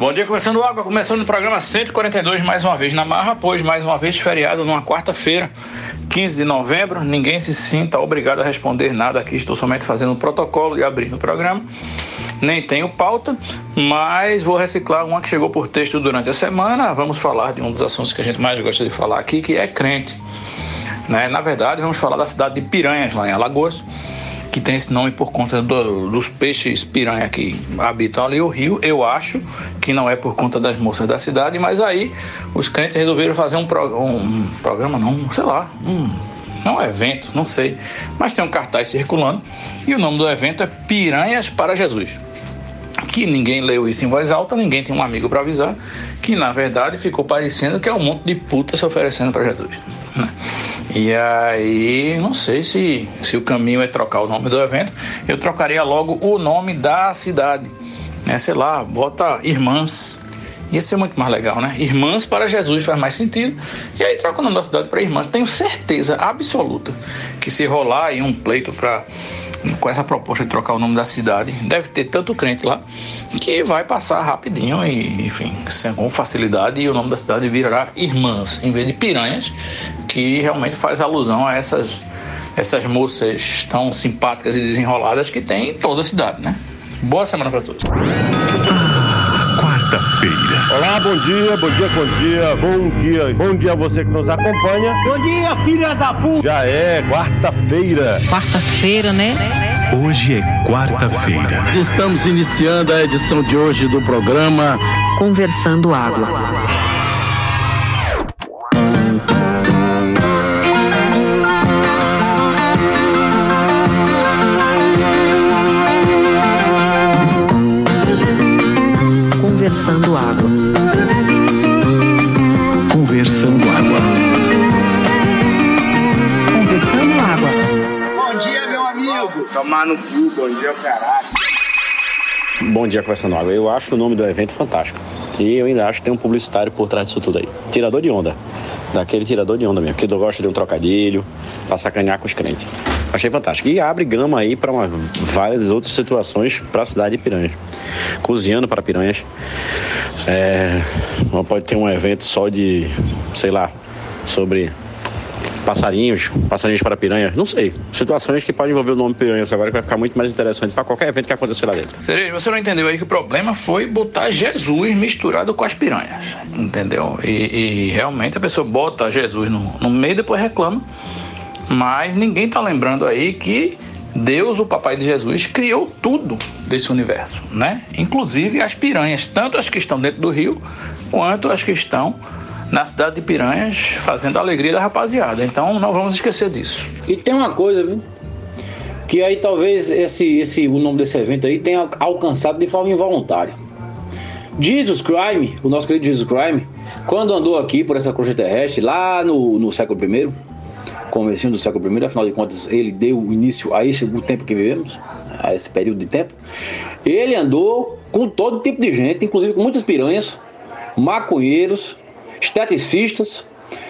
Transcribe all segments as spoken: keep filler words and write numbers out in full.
Bom dia, começando água, começando o programa cento e quarenta e dois, mais uma vez na marra, pois mais uma vez feriado numa quarta-feira, quinze de novembro. Ninguém se sinta obrigado a responder nada aqui, estou somente fazendo um protocolo e abrindo o programa. Nem tenho pauta, mas vou reciclar uma que chegou por texto durante a semana. Vamos falar de um dos assuntos que a gente mais gosta de falar aqui, que é crente, né? Na verdade, vamos falar da cidade de Piranhas, lá em Alagoas, que tem esse nome por conta do, dos peixes piranha que habitam ali o rio. Eu acho que não é por conta das moças da cidade, mas aí os crentes resolveram fazer um, pro, um programa, não, sei lá, um, não um evento, não sei, mas tem um cartaz circulando e o nome do evento é Piranhas para Jesus. Que ninguém leu isso em voz alta, ninguém tem um amigo para avisar, que na verdade ficou parecendo que é um monte de puta se oferecendo para Jesus, né? E aí, não sei se, se o caminho é trocar o nome do evento. Eu trocaria logo o nome da cidade, né? Sei lá, bota Irmãs. Ia ser muito mais legal, né? Irmãs para Jesus faz mais sentido. E aí troca o nome da cidade para Irmãs. Tenho certeza absoluta que se rolar aí um pleito para, com essa proposta de trocar o nome da cidade, deve ter tanto crente lá que vai passar rapidinho e, enfim, com facilidade, e o nome da cidade virará Irmãs, em vez de Piranhas, que realmente faz alusão a essas, essas moças tão simpáticas e desenroladas que tem em toda a cidade, né? Boa semana para todos. Ah, quarta-feira. Olá, bom dia, bom dia, bom dia, bom dia, bom dia a você que nos acompanha. Bom dia, filha da puta. Já é quarta-feira. Quarta-feira, né? Hoje é quarta-feira. Estamos iniciando a edição de hoje do programa Conversando Água. Conversando Água. Conversando Água. Conversando Água. Bom dia, meu amigo. Tomar no cu, bom dia, caralho. Bom dia, Conversando Água. Eu acho o nome do evento fantástico. E eu ainda acho que tem um publicitário por trás disso tudo aí. Tirador de onda. Daquele tirador de onda mesmo, que gosta de um trocadilho, pra sacanear com os crentes. Achei fantástico. E abre gama aí para várias outras situações para a cidade de Piranhas. Cozinhando para Piranhas. É, pode ter um evento só de, sei lá, sobre passarinhos, passarinhos para piranhas, não sei. Situações que podem envolver o nome Piranhas agora, que vai ficar muito mais interessante para qualquer evento que acontecer lá dentro. Cereja, você não entendeu aí que o problema foi botar Jesus misturado com as piranhas, entendeu? E, e realmente a pessoa bota Jesus no, no meio e depois reclama, mas ninguém tá lembrando aí que Deus, o papai de Jesus, criou tudo desse universo, né? Inclusive as piranhas, tanto as que estão dentro do rio, quanto as que estão na cidade de Piranhas, fazendo a alegria da rapaziada. Então não vamos esquecer disso. E tem uma coisa, viu? Que aí talvez esse, esse, o nome desse evento aí tenha alcançado de forma involuntária. Jesus Christ, o nosso querido Jesus Christ, quando andou aqui por essa crosta terrestre, lá no, no século primeiro, comecinho do século primeiro, afinal de contas, ele deu início a esse o tempo que vivemos, a esse período de tempo. Ele andou com todo tipo de gente, inclusive com muitas piranhas, maconheiros, esteticistas,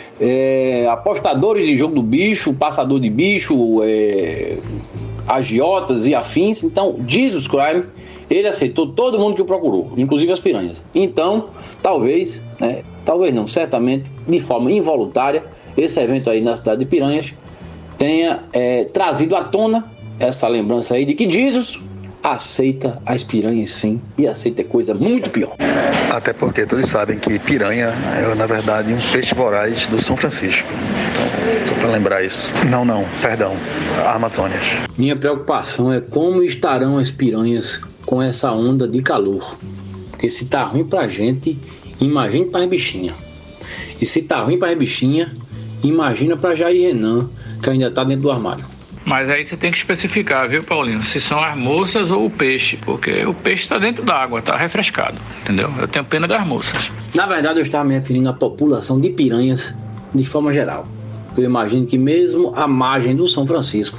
é, apostadores de jogo do bicho, passador de bicho, é, agiotas e afins. Então, Jesus Christ, ele aceitou todo mundo que o procurou, inclusive as piranhas. Então, talvez, né, talvez não, certamente, de forma involuntária, esse evento aí na cidade de Piranhas tenha é, trazido à tona essa lembrança aí de que Jesus aceita as piranhas sim, e aceita coisa muito pior. Até porque todos sabem que piranha é, na verdade, um peixe voraz do São Francisco. Então, só para lembrar isso. Não, não, perdão, Amazônias. Minha preocupação é como estarão as piranhas com essa onda de calor. Porque se tá ruim pra gente, imagine para as bichinhas. E se tá ruim para as bichinhas, imagina para Jair Renan, que ainda tá dentro do armário. Mas aí você tem que especificar, viu, Paulinho? Se são as moças ou o peixe, porque o peixe está dentro d'água, está refrescado, entendeu? Eu tenho pena das moças. Na verdade, eu estava me referindo à população de piranhas de forma geral. Eu imagino que mesmo à margem do São Francisco,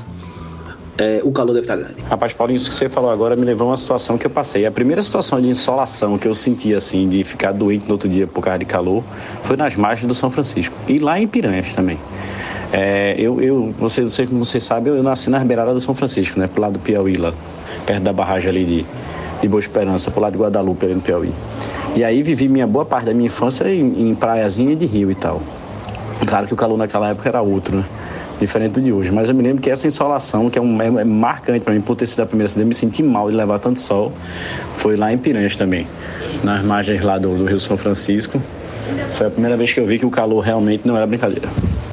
é, o calor deve estar grande. Rapaz, Paulinho, isso que você falou agora me levou a uma situação que eu passei. A primeira situação de insolação que eu senti, assim, de ficar doente no outro dia por causa de calor, foi nas margens do São Francisco. E lá em Piranhas também. É, eu, eu, você, você, como você sabe, eu nasci na beirada do São Francisco, né? Pro lado do Piauí, lá, perto da barragem ali de, de Boa Esperança, pro lado de Guadalupe, ali no Piauí. E aí vivi minha boa parte da minha infância em, em praiazinha de rio e tal. Claro que o calor naquela época era outro, né? Diferente do de hoje. Mas eu me lembro que essa insolação, que é, um, é marcante para mim, por ter sido a primeira cidade, eu me senti mal de levar tanto sol, foi lá em Piranhas também, nas margens lá do, do Rio São Francisco. Foi a primeira vez que eu vi que o calor realmente não era brincadeira.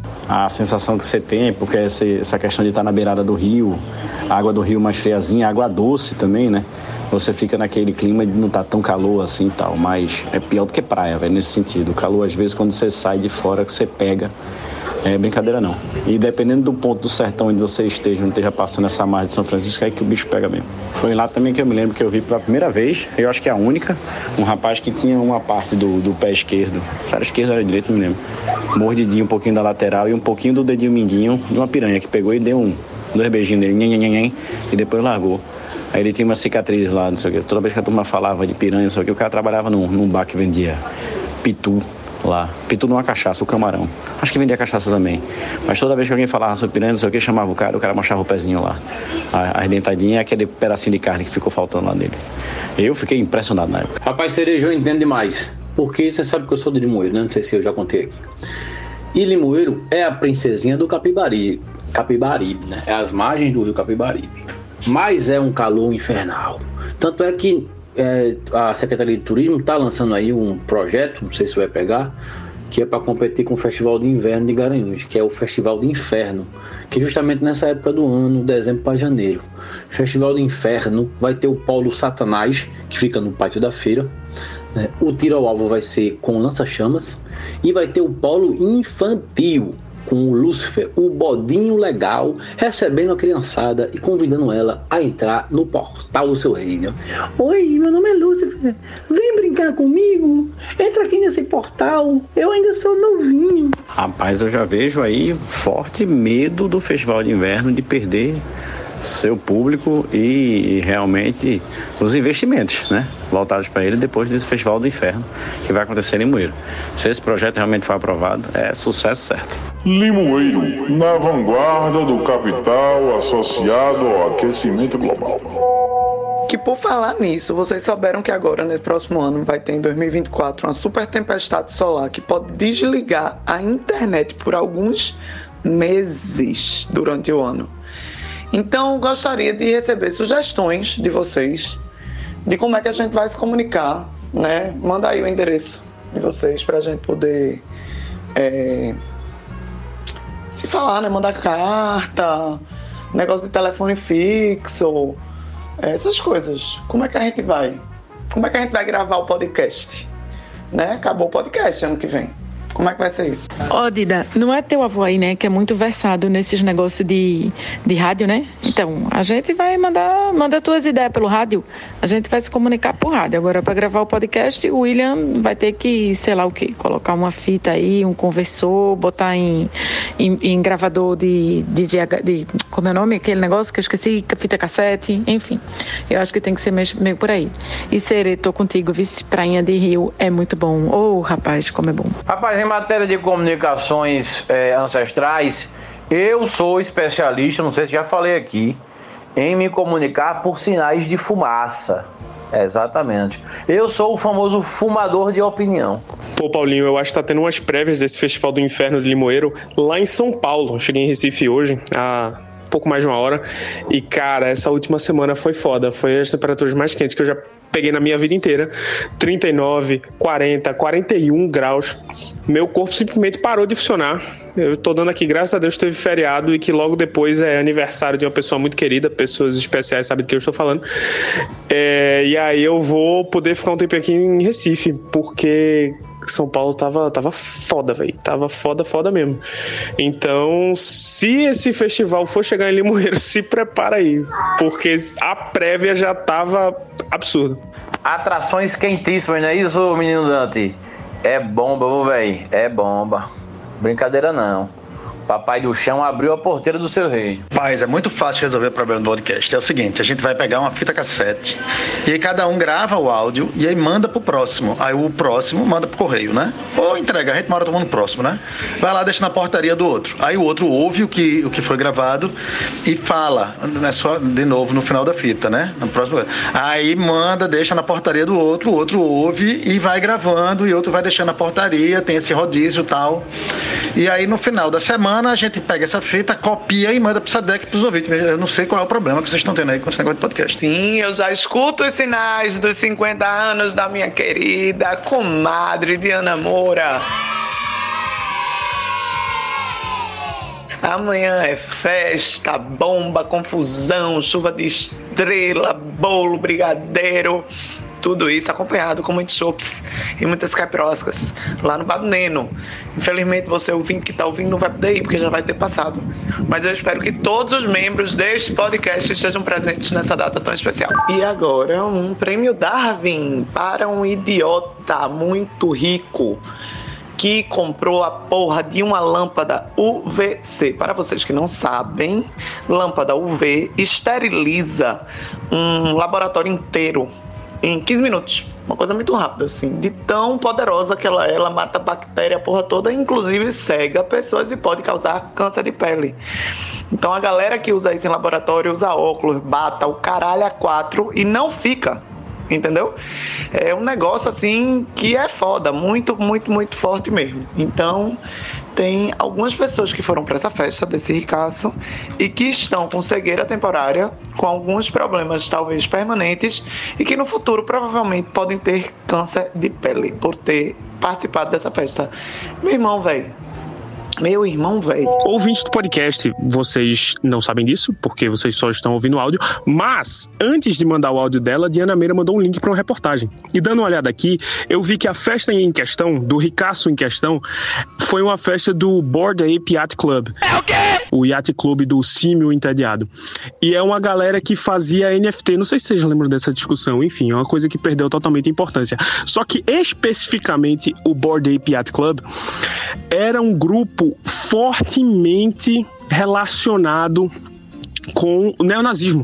A sensação que você tem, porque essa, essa questão de estar na beirada do rio, a água do rio mais friazinha, água doce também, né? Você fica naquele clima de não estar tão calor assim e tal, mas é pior do que praia, velho, nesse sentido. O calor, às vezes, quando você sai de fora, que você pega, é brincadeira não. E dependendo do ponto do sertão onde você esteja, não esteja passando essa margem de São Francisco, é que o bicho pega mesmo. Foi lá também que eu me lembro que eu vi pela primeira vez, eu acho que é a única, um rapaz que tinha uma parte do, do pé esquerdo, era esquerdo, era direito, não me lembro, mordidinho um pouquinho da lateral e um pouquinho do dedinho mindinho de uma piranha que pegou e deu um, dois beijinhos nele, nhen, nhen, nhen, e depois largou. Aí ele tinha uma cicatriz lá, não sei o que. Toda vez que a turma falava de piranha, não sei o que, o cara trabalhava num, num bar que vendia pitu lá. Pitu numa cachaça, o camarão. Acho que vendia cachaça também. Mas toda vez que alguém falava sobre piranha, não sei o que, chamava o cara, o cara mostrava o pezinho lá. As dentadinhas e aquele pedacinho de carne que ficou faltando lá nele. Eu fiquei impressionado na época. Rapaz, Cereja, eu entendo demais. Porque você sabe que eu sou de Limoeiro, né? Não sei se eu já contei aqui. E Limoeiro é a princesinha do Capibaribe. Capibaribe, né? É as margens do rio Capibaribe. Mas é um calor infernal. Tanto é que é, a Secretaria de Turismo está lançando aí um projeto, não sei se vai pegar, que é para competir com o Festival de Inverno de Garanhuns, que é o Festival de Inferno, que justamente nessa época do ano, dezembro para janeiro. Festival de Inferno vai ter o Polo Satanás, que fica no pátio da feira, né? O tiro ao alvo vai ser com lança-chamas, e vai ter o Polo Infantil, com o Lúcifer, o bodinho legal, recebendo a criançada e convidando ela a entrar no portal do seu reino. Oi, meu nome é Lúcifer, vem brincar comigo, entra aqui nesse portal, eu ainda sou novinho. Rapaz, eu já vejo aí forte medo do Festival de Inverno de perder seu público e realmente os investimentos, né, voltados para ele depois desse Festival do Inferno que vai acontecer em Limoeiro. Se esse projeto realmente for aprovado, é sucesso certo. Limoeiro, na vanguarda do capital associado ao aquecimento global. Que por falar nisso, vocês souberam que agora, no próximo ano, vai ter em dois mil e vinte e quatro uma super tempestade solar que pode desligar a internet por alguns meses durante o ano. Então, gostaria de receber sugestões de vocês de como é que a gente vai se comunicar, né? Manda aí o endereço de vocês para a gente poder é, se falar, né? Mandar carta, negócio de telefone fixo, essas coisas. Como é que a gente vai? Como é que a gente vai gravar o podcast? Né? Acabou o podcast ano que vem. Como é que vai ser isso? Ó, oh, Dida, não é teu avô aí, né, que é muito versado nesses negócios de, de rádio, né? Então, a gente vai mandar, manda tuas ideias pelo rádio, a gente vai se comunicar por rádio. Agora, para gravar o podcast, o William vai ter que, sei lá o quê, colocar uma fita aí, um conversor, botar em, em, em gravador de, de V H, de, como é o nome? Aquele negócio que eu esqueci, fita cassete, enfim. Eu acho que tem que ser meio, meio por aí. E Sere, tô contigo, vice Prainha de Rio é muito bom. Ô, oh, rapaz, como é bom. Rapaz, em matéria de comunicações é, ancestrais, eu sou especialista, não sei se já falei aqui, em me comunicar por sinais de fumaça. Exatamente. Eu sou o famoso fumador de opinião. Pô, Paulinho, eu acho que tá tendo umas prévias desse Festival do Inferno de Limoeiro lá em São Paulo. Eu cheguei em Recife hoje, há pouco mais de uma hora, e cara, essa última semana foi foda. Foi as temperaturas mais quentes que eu já peguei na minha vida inteira. Trinta e nove, quarenta, quarenta e um graus. Meu corpo simplesmente parou de funcionar. Eu tô dando aqui, graças a Deus, teve feriado e que logo depois é aniversário de uma pessoa muito querida, pessoas especiais sabem do que eu estou falando. É, e aí eu vou poder ficar um tempo aqui em Recife, porque São Paulo tava, tava foda, velho. Tava foda, foda mesmo. Então, se esse festival for chegar em Limoeiro, se prepara aí, porque a prévia já tava absurda. Atrações quentíssimas, não é isso, menino Dante? É bomba, velho. É bomba. Brincadeira não. Papai do chão abriu a porteira do seu rei. Paz, é muito fácil resolver o problema do podcast. É o seguinte, a gente vai pegar uma fita cassete e aí cada um grava o áudio e aí manda pro próximo. Aí o próximo manda pro correio, né? Ou entrega, a gente mora tomando próximo, né? Vai lá, deixa na portaria do outro. Aí o outro ouve o que, o que foi gravado e fala, não é só de novo no final da fita, né? No próximo. Aí manda, deixa na portaria do outro, o outro ouve e vai gravando e outro vai deixando na portaria, tem esse rodízio e tal. E aí no final da semana a gente pega essa fita, copia e manda pro SADEC pros ouvintes. Eu não sei qual é o problema que vocês estão tendo aí com esse negócio de podcast. Sim, eu já escuto os sinais dos cinquenta anos da minha querida comadre Diana Moura. Amanhã é festa, bomba, confusão, chuva de estrela, bolo, brigadeiro. Tudo isso acompanhado com muitos chopps e muitas caipiroscas lá no Bar do Neno. Infelizmente você ouvinte que está ouvindo não vai poder ir porque já vai ter passado. Mas eu espero que todos os membros deste podcast estejam presentes nessa data tão especial. E agora um prêmio Darwin para um idiota muito rico que comprou a porra de uma lâmpada U V C. Para vocês que não sabem, lâmpada U V esteriliza um laboratório inteiro em quinze minutos. Uma coisa muito rápida, assim. De tão poderosa que ela é, ela mata bactéria, a porra toda, inclusive cega pessoas e pode causar câncer de pele. Então a galera que usa isso em laboratório usa óculos, bata o caralho a quatro e não fica. Entendeu? É um negócio assim que é foda, muito, muito, muito forte mesmo. Então, tem algumas pessoas que foram para essa festa desse ricaço e que estão com cegueira temporária, com alguns problemas talvez permanentes e que no futuro provavelmente podem ter câncer de pele por ter participado dessa festa. Meu irmão, velho. Meu irmão, velho. Ouvintes do podcast, vocês não sabem disso, porque vocês só estão ouvindo o áudio, mas antes de mandar o áudio dela, Diana Meira mandou um link para uma reportagem. E dando uma olhada aqui, eu vi que a festa em questão, do ricaço em questão, foi uma festa do Bored Ape Yacht Club. É o quê? O Yacht Club do Símio Entediado. E é uma galera que fazia N F T, não sei se vocês lembram dessa discussão, enfim, é uma coisa que perdeu totalmente a importância. Só que especificamente o Bored Ape Yacht Club era um grupo fortemente relacionado com o neonazismo.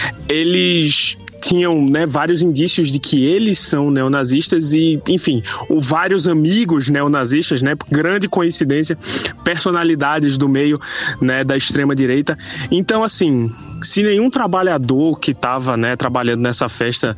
Eles tinham, né, vários indícios de que eles são neonazistas e, enfim, o, vários amigos neonazistas, né, grande coincidência, personalidades do meio, né, da extrema-direita. Então, assim, se nenhum trabalhador que estava, né, trabalhando nessa festa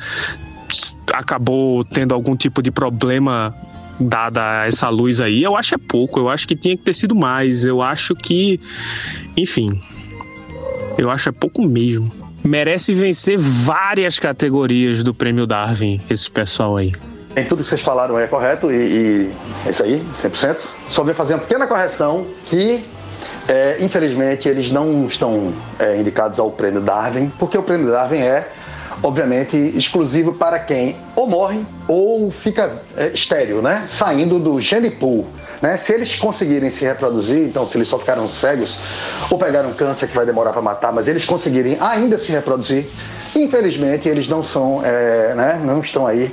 acabou tendo algum tipo de problema dada essa luz aí, eu acho é pouco, eu acho que tinha que ter sido mais, eu acho que, enfim, eu acho é pouco mesmo. Merece vencer várias categorias do Prêmio Darwin, esse pessoal aí. Em tudo que vocês falaram é correto e, e é isso aí, cem por cento. Só vou fazer uma pequena correção que, é, infelizmente, eles não estão é, indicados ao Prêmio Darwin, porque o Prêmio Darwin é, obviamente, exclusivo para quem ou morre ou fica é, estéril, né? Saindo do gene pool. Né? Se eles conseguirem se reproduzir, então se eles só ficaram cegos ou pegaram câncer que vai demorar para matar, mas eles conseguirem ainda se reproduzir, infelizmente eles não são, é, né? não estão aí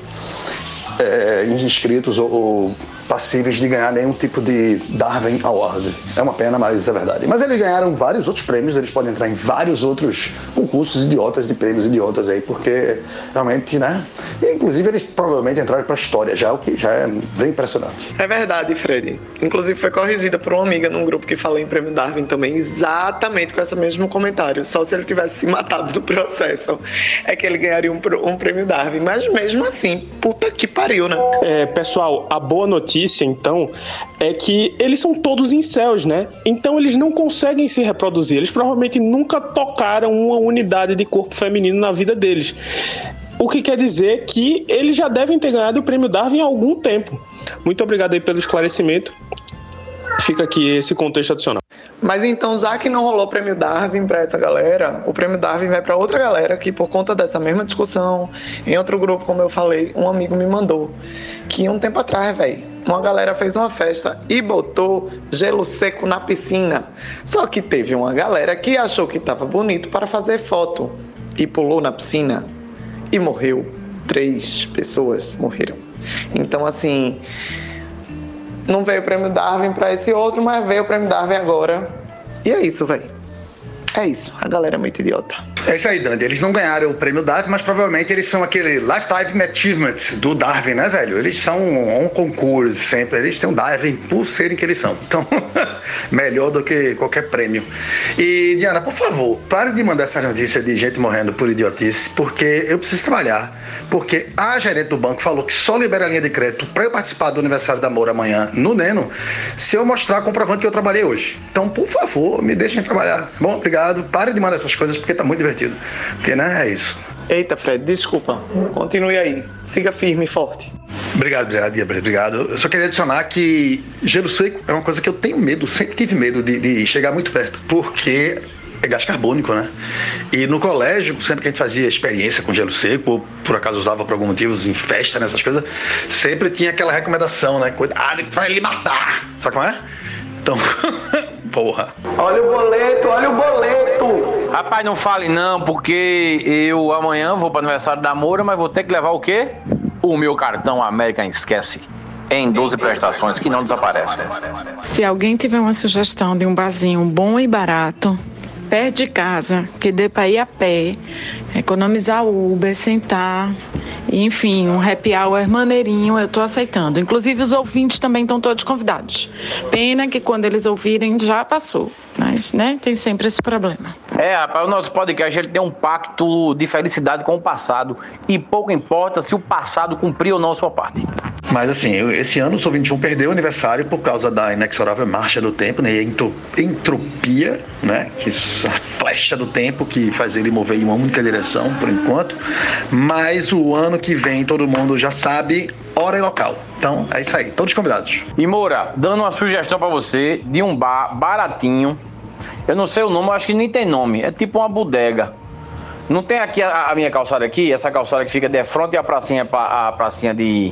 é, inscritos ou, ou passíveis de ganhar nenhum tipo de Darwin Award. É uma pena, mas é verdade. Mas eles ganharam vários outros prêmios, eles podem entrar em vários outros concursos idiotas de prêmios idiotas aí, porque realmente, né? E, inclusive eles provavelmente entraram para a história já, o que já é bem impressionante. É verdade, Fred. Inclusive foi corrigida por uma amiga num grupo que falou em Prêmio Darwin também, exatamente com esse mesmo comentário. Só se ele tivesse se matado no processo é que ele ganharia um, um Prêmio Darwin. Mas mesmo assim, puta que pariu, né? É, pessoal, a boa notícia então é que eles são todos incels, né? Então eles não conseguem se reproduzir. Eles provavelmente nunca tocaram uma unidade de corpo feminino na vida deles. O que quer dizer que eles já devem ter ganhado o Prêmio Darwin há algum tempo. Muito obrigado aí pelo esclarecimento. Fica aqui esse contexto adicional. Mas então, já que não rolou o Prêmio Darwin para essa galera, o Prêmio Darwin vai para outra galera que, por conta dessa mesma discussão, em outro grupo, como eu falei, um amigo me mandou, que um tempo atrás, velho, uma galera fez uma festa e botou gelo seco na piscina. Só que teve uma galera que achou que estava bonito para fazer foto e pulou na piscina e morreu. Três pessoas morreram. Então, assim, não veio o Prêmio Darwin para esse outro, mas veio o Prêmio Darwin agora E é isso, velho. É isso, a galera é muito idiota. É isso aí, Dandy. Eles não ganharam o prêmio Darwin, mas provavelmente eles são aquele Lifetime Achievement do Darwin, né, velho? Eles são um concurso sempre. Eles têm um Darwin por serem que eles são. Então, melhor do que qualquer prêmio. E, Diana, por favor, pare de mandar essa notícia de gente morrendo por idiotice, porque eu preciso trabalhar. Porque a gerente do banco falou que só libera a linha de crédito para eu participar do aniversário da Moura amanhã no Neno, se eu mostrar comprovando que eu trabalhei hoje. Então, por favor, me deixem trabalhar. Bom, obrigado. Pare de mandar essas coisas porque tá muito divertido. Porque, né, é isso. Eita, Fred, desculpa. Continue aí. Siga firme e forte. Obrigado, obrigado, obrigado. Eu só queria adicionar que gelo seco é uma coisa que eu tenho medo, sempre tive medo de, de chegar muito perto, porque é gás carbônico, né? E no colégio, sempre que a gente fazia experiência com gelo seco, ou por acaso usava por algum motivo em festa, nessas coisas, sempre tinha aquela recomendação, né? Cuidado, que vai lhe matar. Sabe como é? Então, porra. Olha o boleto, olha o boleto. Rapaz, não fale não, porque eu amanhã vou para o aniversário da Moura, mas vou ter que levar o quê? O meu cartão American Esquece. Em doze prestações que não desaparecem. Se alguém tiver uma sugestão de um barzinho bom e barato, perto de casa, que dê para ir a pé, economizar o Uber, sentar, enfim, um happy hour maneirinho, eu tô aceitando. Inclusive os ouvintes também estão todos convidados. Pena que quando eles ouvirem já passou, mas, né, tem sempre esse problema. É, rapaz, o nosso podcast ele tem um pacto de felicidade com o passado e pouco importa se o passado cumpriu ou não a sua parte. Mas assim, eu, esse ano o Sou vinte e um perdeu o aniversário por causa da inexorável marcha do tempo, né? E a entropia, né? Que a flecha do tempo que faz ele mover em uma única direção, por enquanto. Mas o ano que vem, todo mundo já sabe, hora e local. Então, é isso aí, todos convidados. E Moura, dando uma sugestão pra você de um bar baratinho. Eu não sei o nome, eu acho que nem tem nome. É tipo uma bodega. Não tem aqui a, a minha calçada aqui, essa calçada que fica de frente e a pracinha, a pracinha de...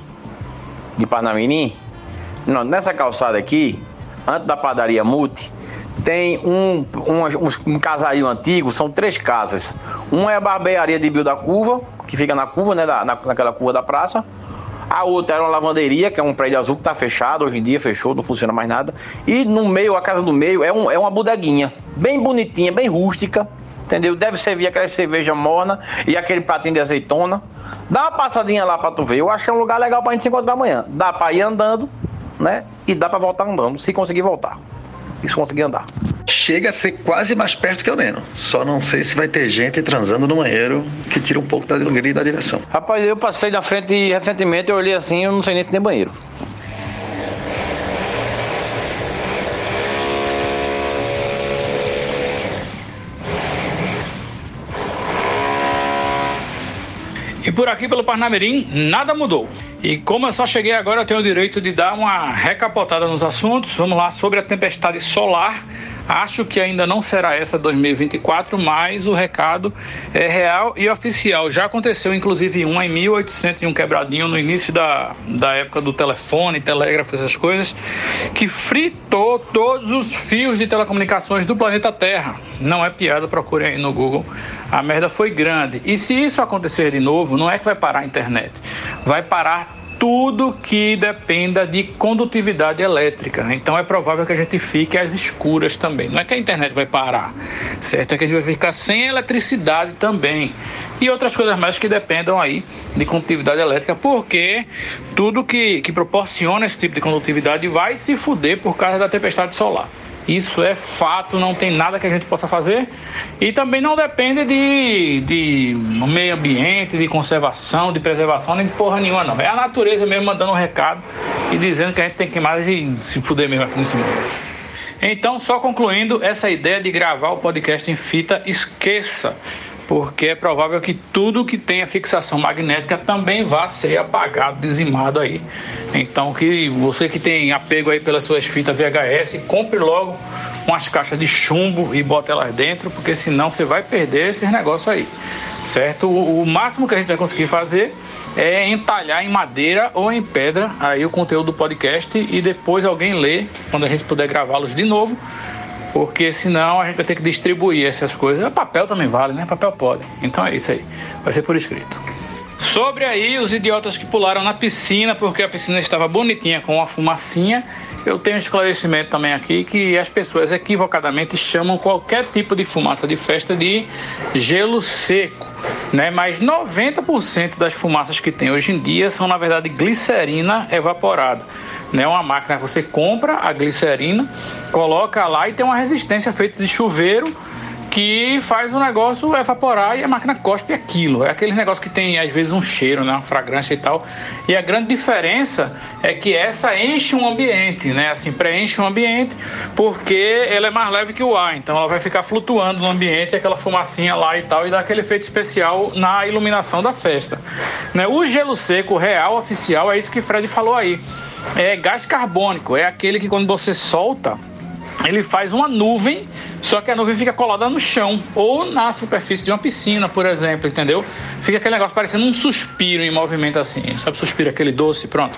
de Parnamirim? Não, nessa calçada aqui, antes da padaria Multi, tem um, um, um, um casario antigo, são três casas. Uma é a barbearia de Bio da Curva, que fica na curva, né, da, na, naquela curva da praça. A outra era uma lavanderia, que é um prédio azul que tá fechado, hoje em dia fechou, não funciona mais nada. E no meio, a casa do meio, é, um, é uma bodeguinha, bem bonitinha, bem rústica, entendeu? Deve servir aquela cerveja morna e aquele pratinho de azeitona. Dá uma passadinha lá pra tu ver. Eu acho que é um lugar legal pra gente se encontrar amanhã. Dá pra ir andando, né? E dá pra voltar andando, se conseguir voltar. E se conseguir andar. Chega a ser quase mais perto que o Neno. Só não sei se vai ter gente transando no banheiro, que tira um pouco da alegria e da diversão. Rapaz, eu passei na frente e recentemente eu olhei assim, eu não sei nem se tem banheiro. E por aqui, pelo Parnamirim, nada mudou. E como eu só cheguei agora, eu tenho o direito de dar uma recapotada nos assuntos. Vamos lá, sobre a tempestade solar. Acho que ainda não será essa dois mil e vinte e quatro, mas o recado é real e oficial. Já aconteceu, inclusive, uma em mil oitocentos e um quebradinho, no início da, da época do telefone, telégrafo, essas coisas, que fritou todos os fios de telecomunicações do planeta Terra. Não é piada, procure aí no Google. A merda foi grande. E se isso acontecer de novo, não é que vai parar a internet. Vai parar tudo que dependa de condutividade elétrica. Então é provável que a gente fique às escuras também. Não é que a internet vai parar, certo? É que a gente vai ficar sem eletricidade também. E outras coisas mais que dependam aí de condutividade elétrica, porque tudo que, que proporciona esse tipo de condutividade vai se fuder por causa da tempestade solar. Isso é fato, não tem nada que a gente possa fazer e também não depende de, de meio ambiente, de conservação, de preservação, nem de porra nenhuma não. É a natureza mesmo mandando um recado e dizendo que a gente tem que mais e se fuder mesmo aqui nesse mundo. Então, só concluindo, essa ideia de gravar o podcast em fita, esqueça, porque é provável que tudo que tenha fixação magnética também vá ser apagado, dizimado aí. Então, que você que tem apego aí pelas suas fitas V H S, compre logo umas caixas de chumbo e bota elas dentro, porque senão você vai perder esses negócios aí, certo? O, o máximo que a gente vai conseguir fazer é entalhar em madeira ou em pedra aí o conteúdo do podcast e depois alguém lê, quando a gente puder gravá-los de novo, porque senão a gente vai ter que distribuir essas coisas. O papel também vale, né? Papel pode. Então é isso aí. Vai ser por escrito. Sobre aí os idiotas que pularam na piscina porque a piscina estava bonitinha com uma fumacinha, eu tenho um esclarecimento também aqui que as pessoas equivocadamente chamam qualquer tipo de fumaça de festa de gelo seco, né? Mas noventa por cento das fumaças que tem hoje em dia são na verdade glicerina evaporada, né? Uma máquina que você compra a glicerina, coloca lá e tem uma resistência feita de chuveiro que faz o negócio evaporar e a máquina cospe aquilo. É aquele negócio que tem às vezes um cheiro, né, uma fragrância e tal. E a grande diferença é que essa enche um ambiente, né, assim, preenche um ambiente porque ela é mais leve que o ar. Então ela vai ficar flutuando no ambiente, aquela fumacinha lá e tal, e dá aquele efeito especial na iluminação da festa, né? O gelo seco real, oficial, é isso que o Fred falou aí. É gás carbônico, é aquele que quando você solta, ele faz uma nuvem, só que a nuvem fica colada no chão ou na superfície de uma piscina, por exemplo, entendeu? Fica aquele negócio parecendo um suspiro em movimento assim, sabe, suspiro, aquele doce, pronto.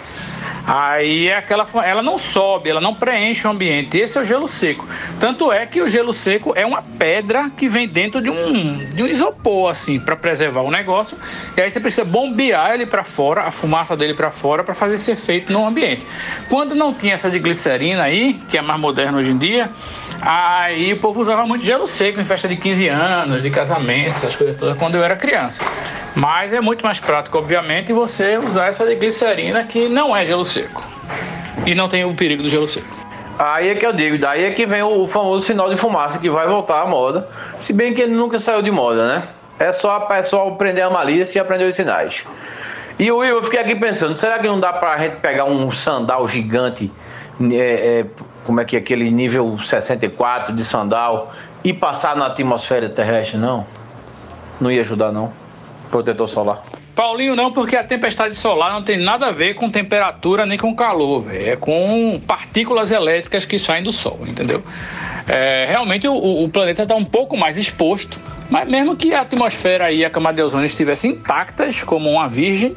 Aí é aquela, ela não sobe, ela não preenche o ambiente. Esse é o gelo seco. Tanto é que o gelo seco é uma pedra que vem dentro de um, de um isopor, assim, para preservar o negócio. E aí você precisa bombear ele para fora, a fumaça dele para fora, para fazer esse efeito no ambiente. Quando não tinha essa de glicerina aí, que é mais moderna hoje em dia, aí o povo usava muito gelo seco em festa de quinze anos, de casamento, essas coisas todas, quando eu era criança. Mas é muito mais prático, obviamente, você usar essa de glicerina, que não é gelo seco. E não tem o perigo do gelo seco. Aí é que eu digo, daí é que vem o famoso sinal de fumaça, que vai voltar à moda. Se bem que ele nunca saiu de moda, né? É só a pessoa aprender a malícia e aprender os sinais. E eu, eu fiquei aqui pensando, será que não dá pra gente pegar um sandal gigante, é, é, como é que é aquele nível sessenta e quatro de sandal, e passar na atmosfera terrestre, não? Não ia ajudar, não? Protetor solar. Paulinho, não, porque a tempestade solar não tem nada a ver com temperatura nem com calor, véio. É com partículas elétricas que saem do Sol, entendeu? É, realmente o, o planeta está um pouco mais exposto, mas mesmo que a atmosfera e a camada de ozônio estivessem intactas como uma virgem,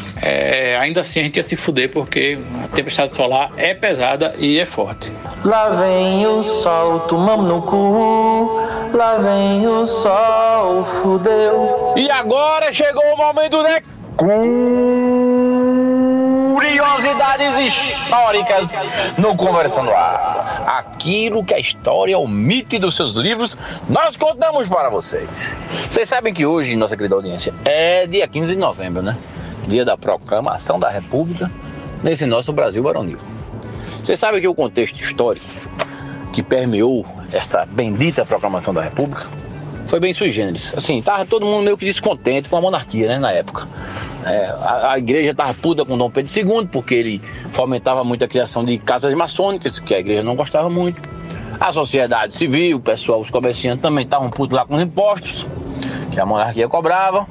é, ainda assim a gente ia se fuder, porque a tempestade solar é pesada e é forte. Lá vem o sol, tomamos no cu. Lá vem o sol, fudeu. E agora chegou o momento de curiosidades históricas no Conversando Ar. Aquilo que a história omite dos seus livros, nós contamos para vocês. Vocês sabem que hoje, nossa querida audiência, é dia quinze de novembro, né? Dia da proclamação da República nesse nosso Brasil baronil. Vocês sabem que o contexto histórico que permeou esta bendita proclamação da República foi bem sui generis. Assim, tava todo mundo meio que descontente com a monarquia, né, na época. É, a, a igreja tava puta com Dom Pedro segundo, porque ele fomentava muito a criação de casas maçônicas, que a igreja não gostava muito. A sociedade civil, o pessoal, os comerciantes também estavam putos lá com os impostos que a monarquia cobrava.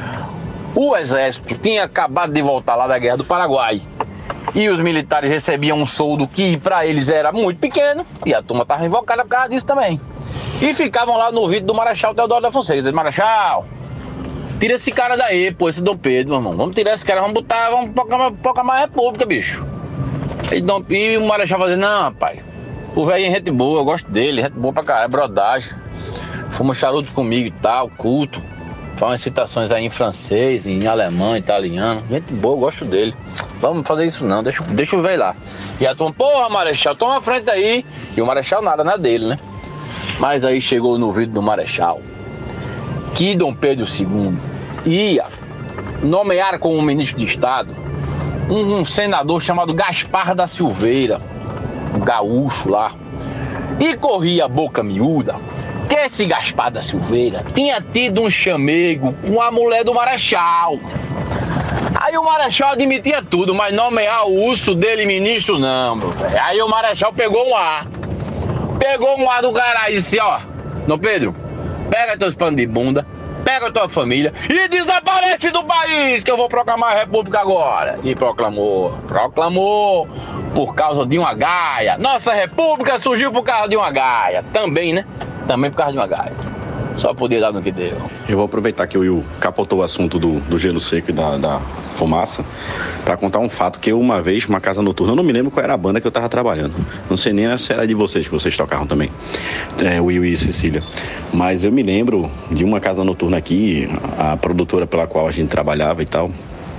O exército tinha acabado de voltar lá da Guerra do Paraguai e os militares recebiam um soldo que para eles era muito pequeno, e a turma estava invocada por causa disso também. E ficavam lá no ouvido do Marechal Deodoro da Fonseca, dizendo: Marechal, tira esse cara daí, pô, esse Dom Pedro, meu irmão. Vamos tirar esse cara, vamos botar, vamos proclamar, proclamar a República, bicho. E, Dom, e o Marechal fazia: não, rapaz, o velho é gente boa, eu gosto dele, gente boa pra caralho, brodagem. Fuma charuto comigo e tal, culto. Faz umas citações aí em francês, em alemão, italiano. Gente boa, eu gosto dele. Vamos fazer isso não, deixa, deixa eu ver lá. E a turma: porra, Marechal, toma a frente aí. E o Marechal nada, nada dele, né? Mas aí chegou no ouvido do Marechal que Dom Pedro segundo ia nomear como ministro de Estado um, um senador chamado Gaspar da Silveira, um gaúcho lá. E corria a boca miúda que esse Gaspar da Silveira tinha tido um chamego com a mulher do Marechal. Aí o Marechal admitia tudo, mas nomear o urso dele ministro não, meu velho. Aí o Marechal pegou um ar. Pegou um ar do caralho e disse: ó, Dom Pedro, pega teus panos de bunda, pega tua família e desaparece do país, que eu vou proclamar a República agora. E proclamou, proclamou por causa de uma gaia. Nossa República surgiu por causa de uma gaia. Também, né? Também por causa de uma gaia. Só podia dar no que deu. Eu vou aproveitar que o Will capotou o assunto do, do gelo seco e da, da fumaça para contar um fato que eu, uma vez, uma casa noturna, eu não me lembro qual era a banda que eu tava trabalhando. Não sei nem se era de vocês, que vocês tocavam também. É, Will e Cecília. Mas eu me lembro de uma casa noturna aqui, a produtora pela qual a gente trabalhava e tal,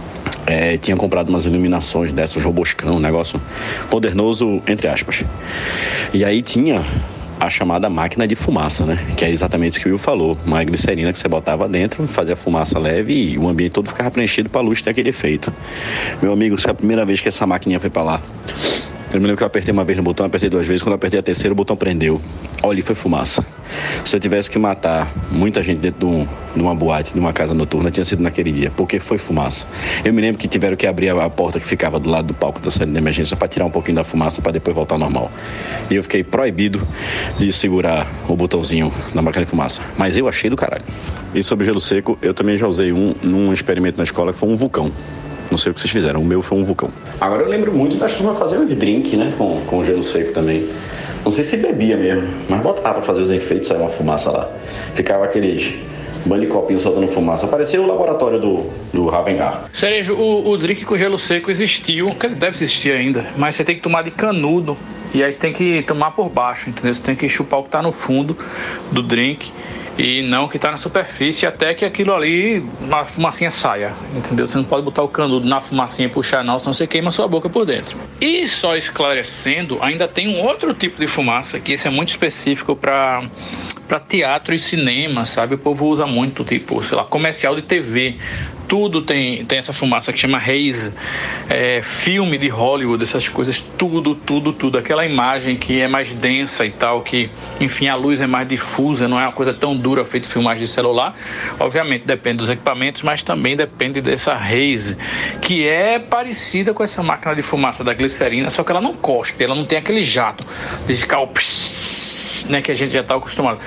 É, tinha comprado umas iluminações dessas, roboscão, um negócio modernoso, entre aspas. E aí tinha a chamada máquina de fumaça, né? Que é exatamente isso que o Will falou. Uma glicerina que você botava dentro, fazia fumaça leve e o ambiente todo ficava preenchido para a luz ter aquele efeito. Meu amigo, isso é a primeira vez que essa maquininha foi para lá. Eu me lembro que eu apertei uma vez no botão, apertei duas vezes. Quando eu apertei a terceira, o botão prendeu. Olha, foi fumaça. Se eu tivesse que matar muita gente dentro de, um, de uma boate, de uma casa noturna, tinha sido naquele dia, porque foi fumaça. Eu me lembro que tiveram que abrir a, a porta que ficava do lado do palco da saída de emergência para tirar um pouquinho da fumaça para depois voltar ao normal. E eu fiquei proibido de segurar o botãozinho na máquina de fumaça. Mas eu achei do caralho. E sobre gelo seco, eu também já usei um num experimento na escola que foi um vulcão. Não sei o que vocês fizeram, o meu foi um vulcão. Agora eu lembro muito das turmas fazer uns drink, né, com, com gelo seco também. Não sei se bebia mesmo, mas botava pra fazer os enfeites, saia uma fumaça lá. Ficava aqueles bando de copinho soltando fumaça. Parecia o laboratório do, do Ravengar. Cerejo, o, o drink com gelo seco existiu, que ele deve existir ainda, mas você tem que tomar de canudo. E aí você tem que tomar por baixo, entendeu? Você tem que chupar o que tá no fundo do drink e não o que tá na superfície, até que aquilo ali, uma fumacinha saia, entendeu? Você não pode botar o canudo na fumacinha e puxar não, senão você queima a sua boca por dentro. E só esclarecendo, ainda tem um outro tipo de fumaça, que esse é muito específico para para teatro e cinema, sabe? O povo usa muito, tipo, sei lá, comercial de T V. Tudo tem, tem essa fumaça que chama haze, é, filme de Hollywood, essas coisas, tudo, tudo, tudo. Aquela imagem que é mais densa e tal, que, enfim, a luz é mais difusa, não é uma coisa tão dura feita filmagem de celular. Obviamente depende dos equipamentos, mas também depende dessa haze, que é parecida com essa máquina de fumaça da glicerina, só que ela não cospe, ela não tem aquele jato de ficar o psh, né, que a gente já está acostumado.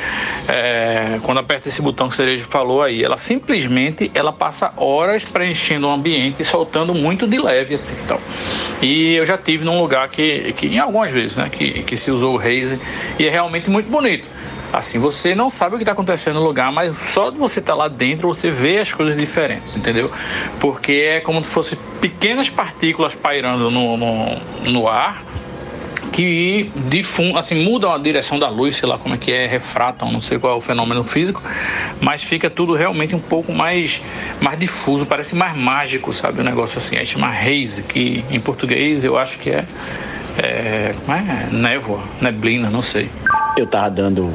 É, quando aperta esse botão que o Cerejo falou aí, ela simplesmente ela passa horas preenchendo o ambiente e soltando muito de leve assim, então. E eu já tive num lugar que, que em algumas vezes, né, que, que se usou o haze e é realmente muito bonito. Assim, você não sabe o que está acontecendo no lugar, mas só de você estar tá lá dentro, você vê as coisas diferentes, entendeu? Porque é como se fossem pequenas partículas pairando no, no, no ar, que difun, assim, mudam a direção da luz, sei lá como é que é, refratam, não sei qual é o fenômeno físico, mas fica tudo realmente um pouco mais, mais difuso, parece mais mágico, sabe? Um negócio assim, aí chama haze, que em português eu acho que é, é, é névoa, neblina, não sei. Eu tava dando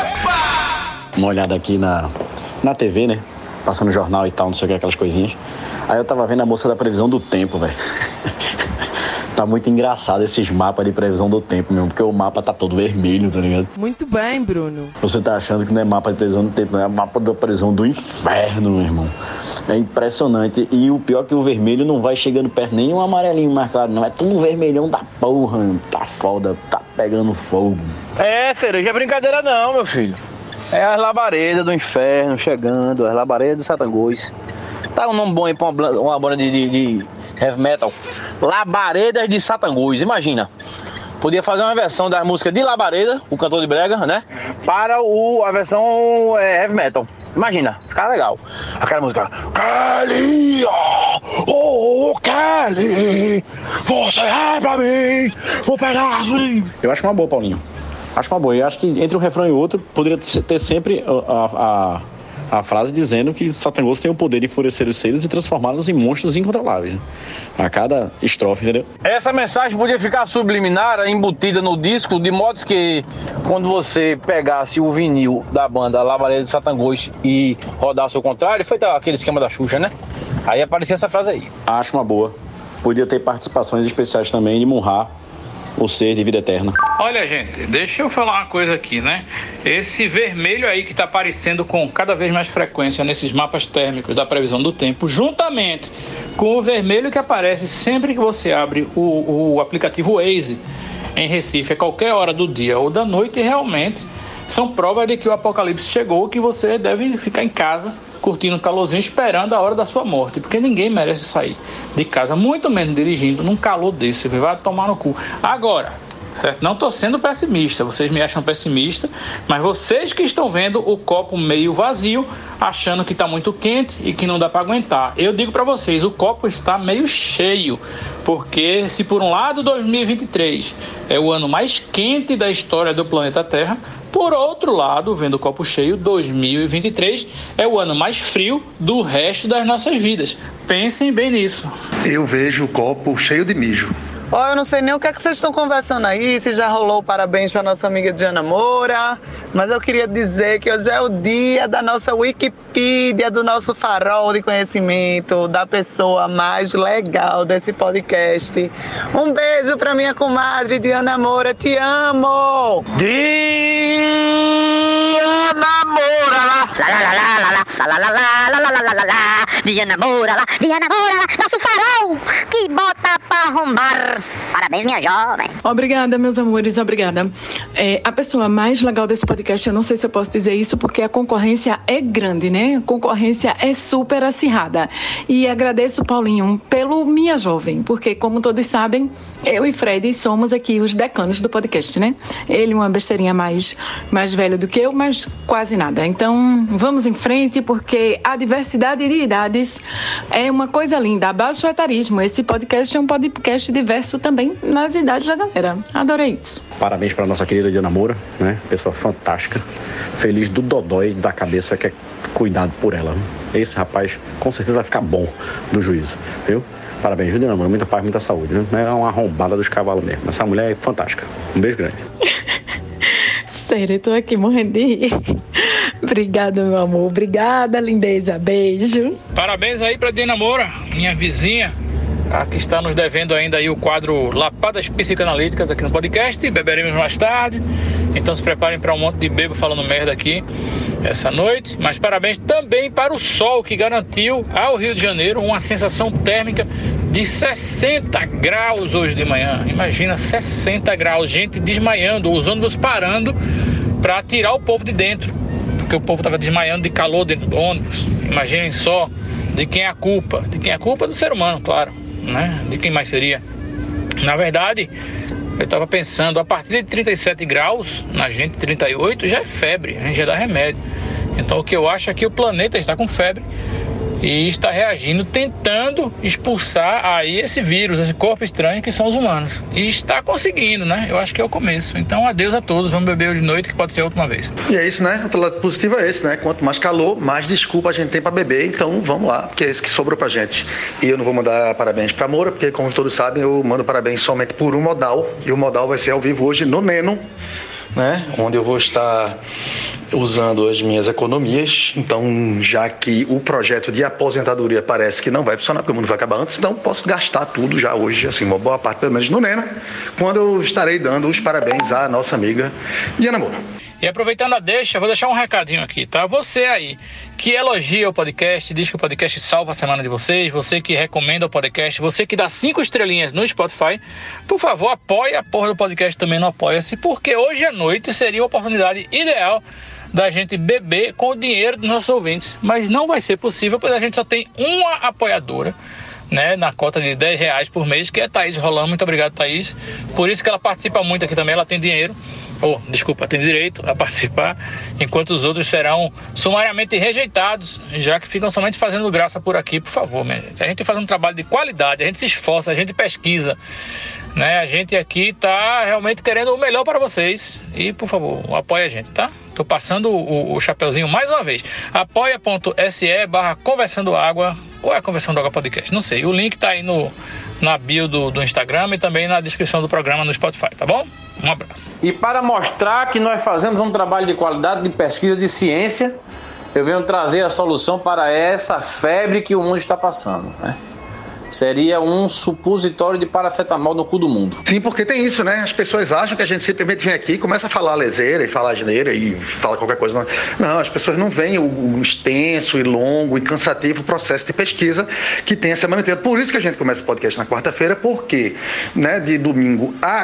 uma olhada aqui na, na T V, né? Passando jornal e tal, não sei o que, aquelas coisinhas. Aí eu tava vendo a moça da previsão do tempo, velho. Tá muito engraçado esses mapas de previsão do tempo mesmo, porque o mapa tá todo vermelho, tá ligado? Muito bem, Bruno. Você tá achando que não é mapa de previsão do tempo, não é mapa da previsão do inferno, meu irmão. É impressionante. E o pior é que o vermelho não vai chegando perto, nem um amarelinho mais claro, não. É tudo um vermelhão da porra, meu. Tá foda, tá pegando fogo. É, Cereja, é brincadeira não, meu filho. É as labaredas do inferno chegando, as labaredas de Satangos. Tá um nome bom aí pra uma, uma banda de, de, de heavy metal. Labaredas de Satangos, imagina. Podia fazer uma versão da música de Labareda, o cantor de brega, né? Para o, a versão é, heavy metal. Imagina, fica legal. Aquela música. Kelly, oh, Kelly, você é pra mim um pedaço de... Eu acho uma boa, Paulinho. Acho uma boa. Eu acho que entre um refrão e outro poderia ter sempre a, a, a frase dizendo que Satangos tem o poder de enfurecer os seres e transformá-los em monstros incontroláveis. Né? A cada estrofe, entendeu? Essa mensagem podia ficar subliminar, embutida no disco, de modo que quando você pegasse o vinil da banda Labareda de Satangos e rodasse ao contrário, foi aquele esquema da Xuxa, né? Aí aparecia essa frase aí. Acho uma boa. Podia ter participações especiais também de Munhá, o ser de vida eterna. Olha, gente, deixa eu falar uma coisa aqui, né? Esse vermelho aí que tá aparecendo com cada vez mais frequência nesses mapas térmicos da previsão do tempo, juntamente com o vermelho que aparece sempre que você abre o, o aplicativo Waze em Recife, a qualquer hora do dia ou da noite, realmente são provas de que o apocalipse chegou, que você deve ficar em casa curtindo um calorzinho, esperando a hora da sua morte, porque ninguém merece sair de casa, muito menos dirigindo num calor desse, vai tomar no cu. Agora, certo? Não estou sendo pessimista, vocês me acham pessimista, mas vocês que estão vendo o copo meio vazio, achando que está muito quente e que não dá para aguentar. Eu digo para vocês, o copo está meio cheio, porque se por um lado dois mil e vinte e três é o ano mais quente da história do planeta Terra, por outro lado, vendo o copo cheio, dois mil e vinte e três é o ano mais frio do resto das nossas vidas. Pensem bem nisso. Eu vejo o copo cheio de mijo. Ó, eu não sei nem o que é que vocês estão conversando aí, se já rolou parabéns para nossa amiga Diana Moura, mas eu queria dizer que hoje é o dia da nossa Wikipídia, do nosso farol de conhecimento, da pessoa mais legal desse podcast. Um beijo para minha comadre Diana Moura, te amo! Diana Moura lá, lá lá lá lá lá lá lá lá lá lá lá lá, Diana Moura lá, Diana Moura lá, nosso farol que bota pra arrombar. Parabéns, minha jovem. Obrigada, meus amores, obrigada. É, a pessoa mais legal desse podcast, eu não sei se eu posso dizer isso, porque a concorrência é grande, né? A concorrência é super acirrada. E agradeço, Paulinho, pelo Minha Jovem, porque, como todos sabem, eu e Fred somos aqui os decanos do podcast, né? Ele uma besteirinha mais, mais velho do que eu, mas quase nada. Então, vamos em frente, porque a diversidade de idades é uma coisa linda. Abaixo o etarismo. Esse podcast é um podcast diverso também nas idades da galera. Adorei isso. Parabéns para nossa querida Diana Moura, né? Pessoa fantástica. Feliz do dodói da cabeça que é cuidado por ela. Esse rapaz com certeza vai ficar bom do juízo, viu? Parabéns, viu, Diana Moura? Muita paz, muita saúde, né? É uma arrombada dos cavalos mesmo. Essa mulher é fantástica. Um beijo grande. Sério, eu tô aqui morrendo de rir. Obrigada, meu amor. Obrigada, lindeza. Beijo. Parabéns aí pra Diana Moura, minha vizinha, a que está nos devendo ainda aí o quadro Lapadas Psicanalíticas aqui no podcast. Beberemos mais tarde. Então se preparem para um monte de bebo falando merda aqui essa noite. Mas parabéns também para o sol, que garantiu ao Rio de Janeiro uma sensação térmica de sessenta graus hoje de manhã. Imagina, sessenta graus, gente desmaiando, os ônibus parando para tirar o povo de dentro, porque o povo estava desmaiando de calor dentro do ônibus. Imaginem só de quem é a culpa. De quem é a culpa? Do ser humano, claro, né? De quem mais seria? Na verdade, eu estava pensando, a partir de trinta e sete graus, na gente trinta e oito, já é febre, a gente já dá remédio. Então o que eu acho é que o planeta está com febre e está reagindo, tentando expulsar aí esse vírus, esse corpo estranho que são os humanos. E está conseguindo, né? Eu acho que é o começo. Então adeus a todos, vamos beber hoje de noite, que pode ser a última vez. E é isso, né? O lado positivo é esse, né? Quanto mais calor, mais desculpa a gente tem para beber. Então vamos lá, porque é esse que sobrou pra gente. E eu não vou mandar parabéns pra Moura, porque como todos sabem, eu mando parabéns somente por um modal. E o modal vai ser ao vivo hoje no Neno, né? Onde eu vou estar usando as minhas economias. Então, já que o projeto de aposentadoria parece que não vai funcionar, porque o mundo vai acabar antes, então posso gastar tudo já hoje, assim, uma boa parte pelo menos no Neno, quando eu estarei dando os parabéns à nossa amiga Diana Moura. E aproveitando a deixa, vou deixar um recadinho aqui, tá? Você aí que elogia o podcast, diz que o podcast salva a semana de vocês, você que recomenda o podcast, você que dá cinco estrelinhas no Spotify, por favor, apoie a porra do podcast também no Apoia-se, porque hoje à noite seria a oportunidade ideal da gente beber com o dinheiro dos nossos ouvintes. Mas não vai ser possível, pois a gente só tem uma apoiadora, né, na cota de dez reais por mês, que é a Thaís Rolando. Muito obrigado, Thaís. Por isso que ela participa muito aqui também, ela tem dinheiro. Oh, desculpa, tem direito a participar, enquanto os outros serão sumariamente rejeitados, já que ficam somente fazendo graça por aqui. Por favor, minha gente. A gente faz um trabalho de qualidade, a gente se esforça, a gente pesquisa, né? A gente aqui tá realmente querendo o melhor para vocês. E, por favor, apoie a gente, tá? Tô passando o, o chapeuzinho mais uma vez. apoia.se barra Conversando Água, ou é Conversando Água Podcast, não sei. O link tá aí no, na bio do, do Instagram e também na descrição do programa no Spotify, tá bom? Um abraço. E para mostrar que nós fazemos um trabalho de qualidade, de pesquisa, de ciência, eu venho trazer a solução para essa febre que o mundo está passando, né? Seria um supositório de paracetamol no cu do mundo. Sim, porque tem isso, né? As pessoas acham que a gente simplesmente vem aqui e começa a falar leseira e falar asneira e fala qualquer coisa. Não, as pessoas não veem o extenso e longo e cansativo processo de pesquisa que tem a semana inteira. Por isso que a gente começa o podcast na quarta-feira, porque, né, de domingo a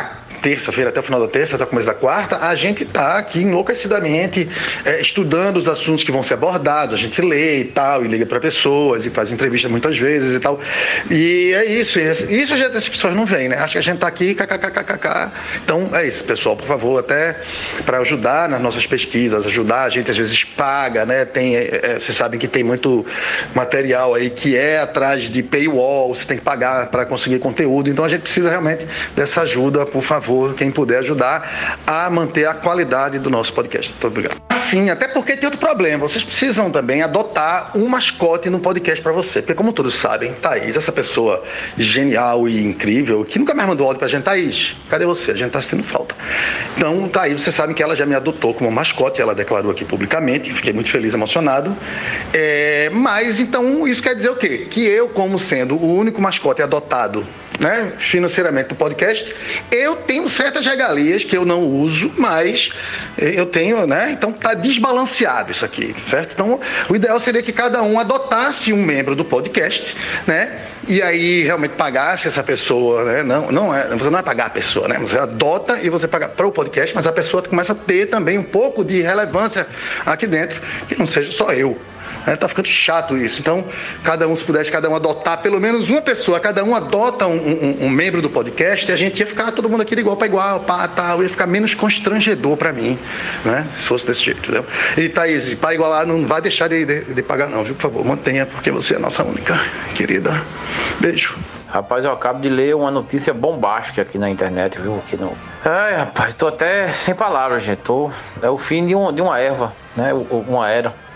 terça-feira, até o final da terça, até o começo da quarta, a gente está aqui enlouquecidamente é, estudando os assuntos que vão ser abordados, a gente lê e tal, e liga para pessoas, e faz entrevistas muitas vezes e tal. E é isso, isso já as pessoas não veem, né? Acho que a gente está aqui, kkkkkk. Então é isso, pessoal, por favor, até para ajudar nas nossas pesquisas, ajudar, a gente às vezes paga, né? Tem, é, vocês sabem que tem muito material aí que é atrás de paywall, você tem que pagar para conseguir conteúdo, então a gente precisa realmente dessa ajuda, por favor, quem puder ajudar a manter a qualidade do nosso podcast. Muito obrigado. Sim, até porque tem outro problema, vocês precisam também adotar um mascote no podcast para você, porque como todos sabem, Thaís, essa pessoa genial e incrível, que nunca mais mandou áudio pra gente, Thaís, cadê você? A gente tá sentindo falta. Então, Thaís, vocês sabem que ela já me adotou como mascote, ela declarou aqui publicamente, fiquei muito feliz, emocionado, é, mas então isso quer dizer o quê? Que eu, como sendo o único mascote adotado, né, financeiramente do podcast, eu tenho certas regalias que eu não uso, mas eu tenho, né, então tá desbalanceado isso aqui, certo? Então o ideal seria que cada um adotasse um membro do podcast, né, e aí realmente pagasse essa pessoa, né, não, não é, você não é pagar a pessoa, né, você adota e você paga para o podcast, mas a pessoa começa a ter também um pouco de relevância aqui dentro, que não seja só eu. É, tá ficando chato isso. Então, cada um, se pudesse cada um adotar pelo menos uma pessoa, cada um adota um, um, um membro do podcast, e a gente ia ficar todo mundo aqui de igual para igual, pá, tal, ia ficar menos constrangedor para mim, né? Se fosse desse jeito, entendeu? E Thaís, para igualar, não vai deixar de, de, de pagar não, viu? Por favor, mantenha, porque você é a nossa única querida. Beijo. Rapaz, eu acabo de ler uma notícia bombástica aqui na internet, viu? Aqui no... Ai, rapaz, tô até sem palavras, gente. Tô... É o fim de, um, de uma erva, né? Uma era.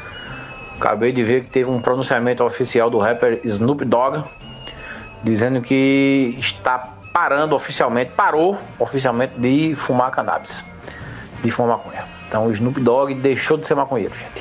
Acabei de ver que teve um pronunciamento oficial do rapper Snoop Dogg dizendo que está parando oficialmente, parou oficialmente de fumar cannabis, de fumar maconha. Então o Snoop Dogg deixou de ser maconheiro, gente.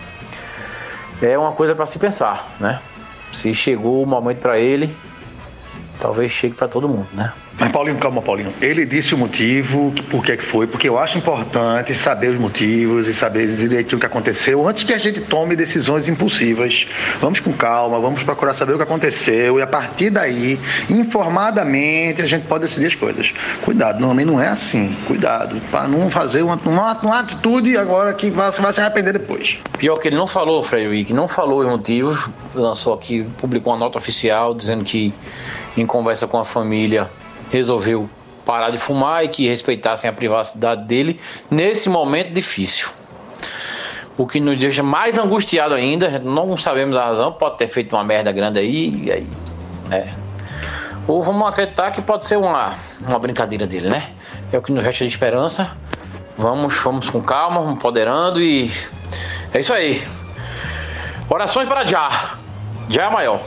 É uma coisa para se pensar, né? Se chegou o momento para ele, talvez chegue para todo mundo, né? Mas Paulinho, calma, Paulinho. Ele disse o motivo, por que que foi, porque eu acho importante saber os motivos e saber direitinho o que aconteceu antes que a gente tome decisões impulsivas. Vamos com calma, vamos procurar saber o que aconteceu e a partir daí, informadamente, a gente pode decidir as coisas. Cuidado, também não é assim. Cuidado, para não fazer uma, uma, uma atitude agora que você vai se arrepender depois. Pior que ele não falou, Frederick, não falou os motivos, lançou aqui, publicou uma nota oficial dizendo que em conversa com a família resolveu parar de fumar e que respeitassem a privacidade dele nesse momento difícil. O que nos deixa mais angustiado ainda, não sabemos a razão, pode ter feito uma merda grande aí, e aí, né? Ou vamos acreditar que pode ser uma, uma brincadeira dele, né? É o que nos resta de esperança. Vamos, vamos com calma, vamos empoderando e é isso aí. Orações para Já. Já é maior.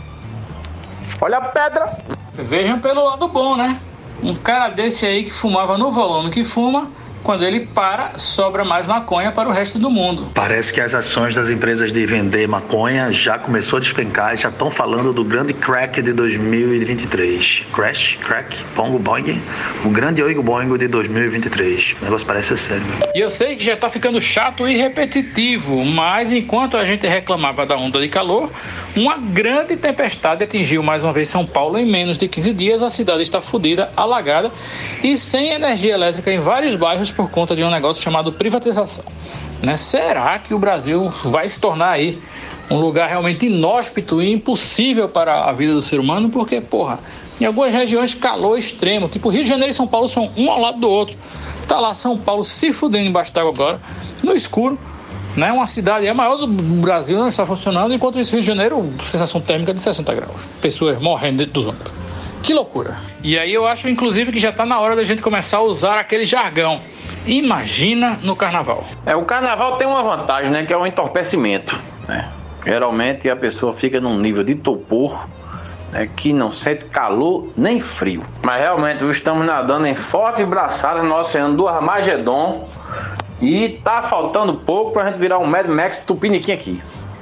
Olha a pedra. Vejam pelo lado bom, né? Um cara desse aí que fumava no volume que fuma, quando ele para, sobra mais maconha para o resto do mundo. Parece que as ações das empresas de vender maconha já começou a despencar, já estão falando do grande crack de dois mil e vinte e três. Crash, crack, bongo, boing, o grande oigo boingo de dois mil e vinte e três. O negócio parece sério. E eu sei que já tá ficando chato e repetitivo, mas enquanto a gente reclamava da onda de calor, uma grande tempestade atingiu mais uma vez São Paulo em menos de quinze dias. A cidade está fodida, alagada e sem energia elétrica em vários bairros por conta de um negócio chamado privatização, né? Será que o Brasil vai se tornar aí um lugar realmente inóspito e impossível para a vida do ser humano? Porque, porra, em algumas regiões calor extremo, tipo Rio de Janeiro e São Paulo são um ao lado do outro. Tá lá São Paulo se fudendo embaixo d'água agora, no escuro, né? Uma cidade a maior do Brasil não está funcionando, enquanto isso Rio de Janeiro, sensação térmica de sessenta graus, pessoas morrendo dentro dos ônibus. Que loucura. E aí eu acho, inclusive, que já está na hora da gente começar a usar aquele jargão. Imagina no carnaval. É, o carnaval tem uma vantagem, né? Que é o entorpecimento, né? Geralmente a pessoa fica num nível de topor, né, que não sente calor nem frio. Mas realmente estamos nadando em fortes braçadas no oceano do Armagedon e tá faltando pouco pra gente virar um Mad Max Tupiniquim aqui.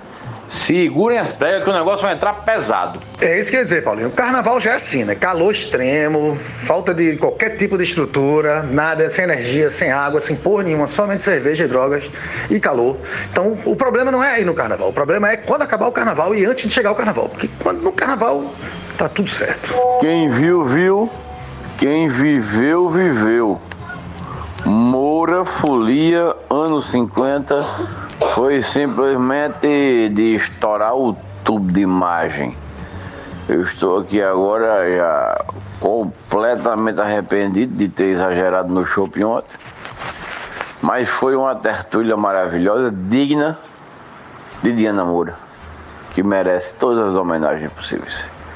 Segurem as pregas que o negócio vai entrar pesado. É isso que quer dizer, Paulinho. O carnaval já é assim, né? Calor extremo, falta de qualquer tipo de estrutura, nada, sem energia, sem água, sem porra nenhuma, somente cerveja e drogas e calor. Então, o problema não é aí no carnaval. O problema é quando acabar o carnaval e antes de chegar o carnaval. Porque quando no carnaval tá tudo certo. Quem viu, viu. Quem viveu, viveu. Moura, Folia, anos cinquenta, foi simplesmente de estourar o tubo de imagem. Eu estou aqui agora já completamente arrependido de ter exagerado no shopping ontem, mas foi uma tertúlia maravilhosa, digna de Diana Moura, que merece todas as homenagens possíveis.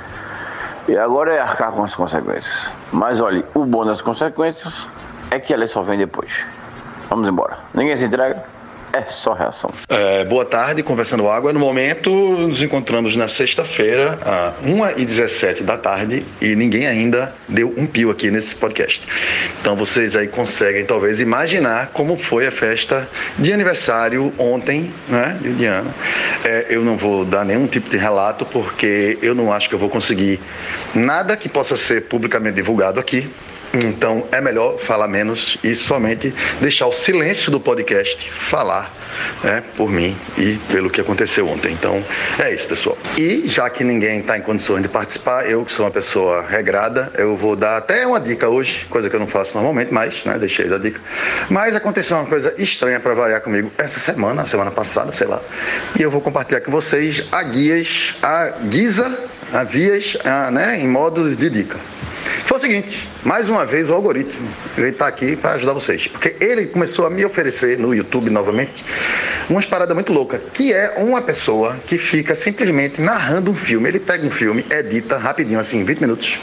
E agora é arcar com as consequências. Mas olha, o bom das consequências é que ela só vem depois. Vamos embora. Ninguém se entrega, é só reação. É, boa tarde, Conversando Água. No momento, nos encontramos na sexta-feira, às uma e dezessete da tarde, e ninguém ainda deu um pio aqui nesse podcast. Então vocês aí conseguem, talvez, imaginar como foi a festa de aniversário ontem, né, de Diana. É, eu não vou dar nenhum tipo de relato, porque eu não acho que eu vou conseguir nada que possa ser publicamente divulgado aqui. Então é melhor falar menos e somente deixar o silêncio do podcast falar, né, por mim e pelo que aconteceu ontem. Então é isso, pessoal. E já que ninguém está em condições de participar, eu que sou uma pessoa regrada, eu vou dar até uma dica hoje, coisa que eu não faço normalmente, mas né, deixei da dica. Mas aconteceu uma coisa estranha para variar comigo essa semana, semana passada, sei lá. E eu vou compartilhar com vocês a guias, a guisa, a vias, a, né, em modo de dica. Foi o seguinte, mais uma vez o algoritmo ele está aqui para ajudar vocês, porque ele começou a me oferecer no YouTube novamente umas paradas muito loucas, que é uma pessoa que fica simplesmente narrando um filme. Ele pega um filme, edita rapidinho, assim, vinte minutos,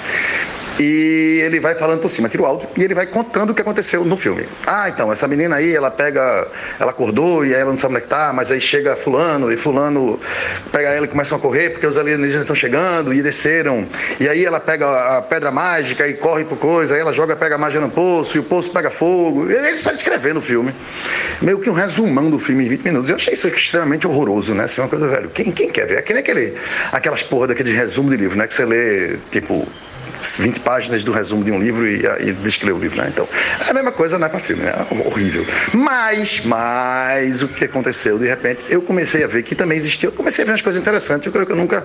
e ele vai falando por cima, tira o áudio e ele vai contando o que aconteceu no filme. Ah, então, essa menina aí, ela pega, ela acordou e aí ela não sabe onde é que tá, mas aí chega fulano e fulano pega ela e começam a correr porque os alienígenas estão chegando e desceram, e aí ela pega a pedra mágica e corre por coisa, aí ela joga, pega a magia no poço e o poço pega fogo. Ele sai descrevendo o filme, meio que um resumão do filme em vinte minutos. Eu achei isso extremamente horroroso, né? Assim, uma coisa, velho, quem, quem quer ver? É que nem aquele, aquelas porra daquele resumo de livro, né? Que você lê, tipo, vinte páginas do resumo de um livro e, e descreve o livro, né? Então, é a mesma coisa, não é para filme, né? Horrível. Mas, mas, o que aconteceu? De repente, eu comecei a ver que também existia, eu comecei a ver umas coisas interessantes, que eu, que eu nunca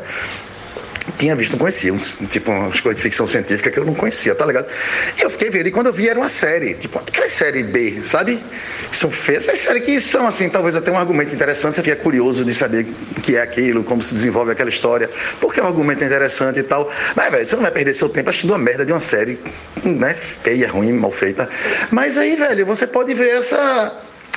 tinha visto, não conhecia, um, tipo umas coisas de ficção científica que eu não conhecia, tá ligado? Eu fiquei vendo, e quando eu vi era uma série, tipo aquela série B, sabe? São feias, mas séries que são assim, talvez até um argumento interessante, você fica curioso de saber o que é aquilo, como se desenvolve aquela história, porque é um argumento interessante e tal. Mas, velho, você não vai perder seu tempo assistindo uma merda de uma série, né, feia, ruim, mal feita. Mas aí, velho, você pode ver essa...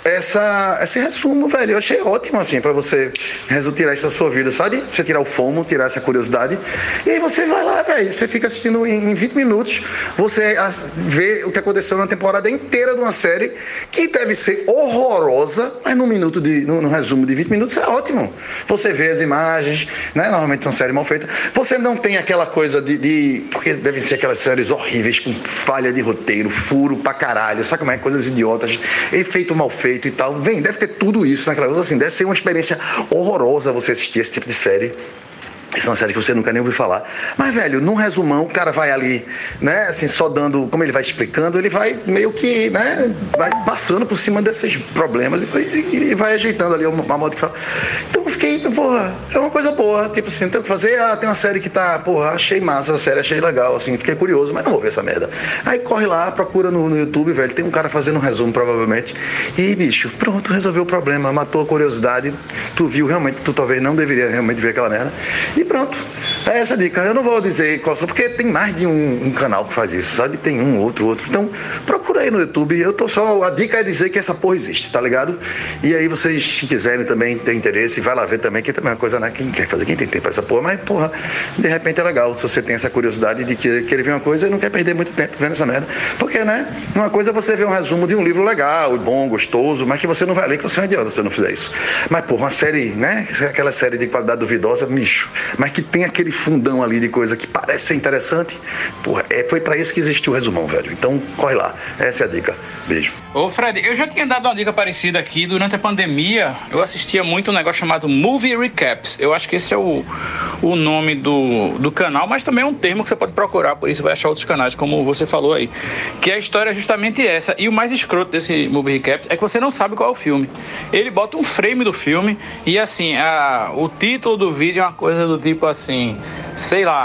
Essa, esse resumo, velho, eu achei ótimo, assim, pra você tirar isso da sua vida, sabe? Você tirar o fomo, tirar essa curiosidade, e aí você vai lá, velho, você fica assistindo em, em vinte minutos, você vê o que aconteceu na temporada inteira de uma série, que deve ser horrorosa, mas num minuto de, no, no resumo de vinte minutos é ótimo. Você vê as imagens, né? Normalmente são séries mal feitas, você não tem aquela coisa de, de porque devem ser aquelas séries horríveis, com falha de roteiro, furo pra caralho, sabe como é? Coisas idiotas, efeito mal feito e tal, vem, deve ter tudo isso naquela coisa, assim, deve ser uma experiência horrorosa você assistir esse tipo de série. Essa é uma série que você nunca nem ouviu falar. Mas, velho, num resumão, o cara vai ali, né, assim, só dando, como ele vai explicando, ele vai meio que, né, vai passando por cima desses problemas e, e, e vai ajeitando ali uma modo que fala. Então eu fiquei, porra, é uma coisa boa, tipo assim, não tem o que fazer, ah, tem uma série que tá, porra, achei massa a série, achei legal, assim, fiquei curioso, mas não vou ver essa merda. Aí corre lá, procura no, no YouTube, velho, tem um cara fazendo um resumo, provavelmente, e, bicho, pronto, resolveu o problema, matou a curiosidade, tu viu realmente, tu talvez não deveria realmente ver aquela merda. E pronto, é essa dica. Eu não vou dizer qual são, porque tem mais de um, um canal que faz isso, sabe? Tem um, outro, outro. Então, procura aí no YouTube. Eu tô só. A dica é dizer que essa porra existe, tá ligado? E aí, vocês, se quiserem também ter interesse, vai lá ver também, que também é uma coisa, né? Quem quer fazer, quem tem tempo pra essa porra, mas, porra, de repente é legal. Se você tem essa curiosidade de querer, querer ver uma coisa e não quer perder muito tempo vendo essa merda. Porque, né? Uma coisa é você ver um resumo de um livro legal, bom, gostoso, mas que você não vai ler, que você é um idiota se você não fizer isso. Mas, porra, uma série, né? Aquela série de qualidade duvidosa, micho. Mas que tem aquele fundão ali de coisa que parece ser interessante, porra, é, foi pra isso que existiu o resumão, velho. Então, corre lá. Essa é a dica. Beijo. Ô, Fred, eu já tinha dado uma dica parecida aqui. Durante a pandemia, eu assistia muito um negócio chamado Movie Recaps. Eu acho que esse é o, o nome do, do canal, mas também é um termo que você pode procurar, por isso vai achar outros canais, como você falou aí. Que a história é justamente essa. E o mais escroto desse Movie Recaps é que você não sabe qual é o filme. Ele bota um frame do filme e, assim, a, o título do vídeo é uma coisa do tipo assim, sei lá,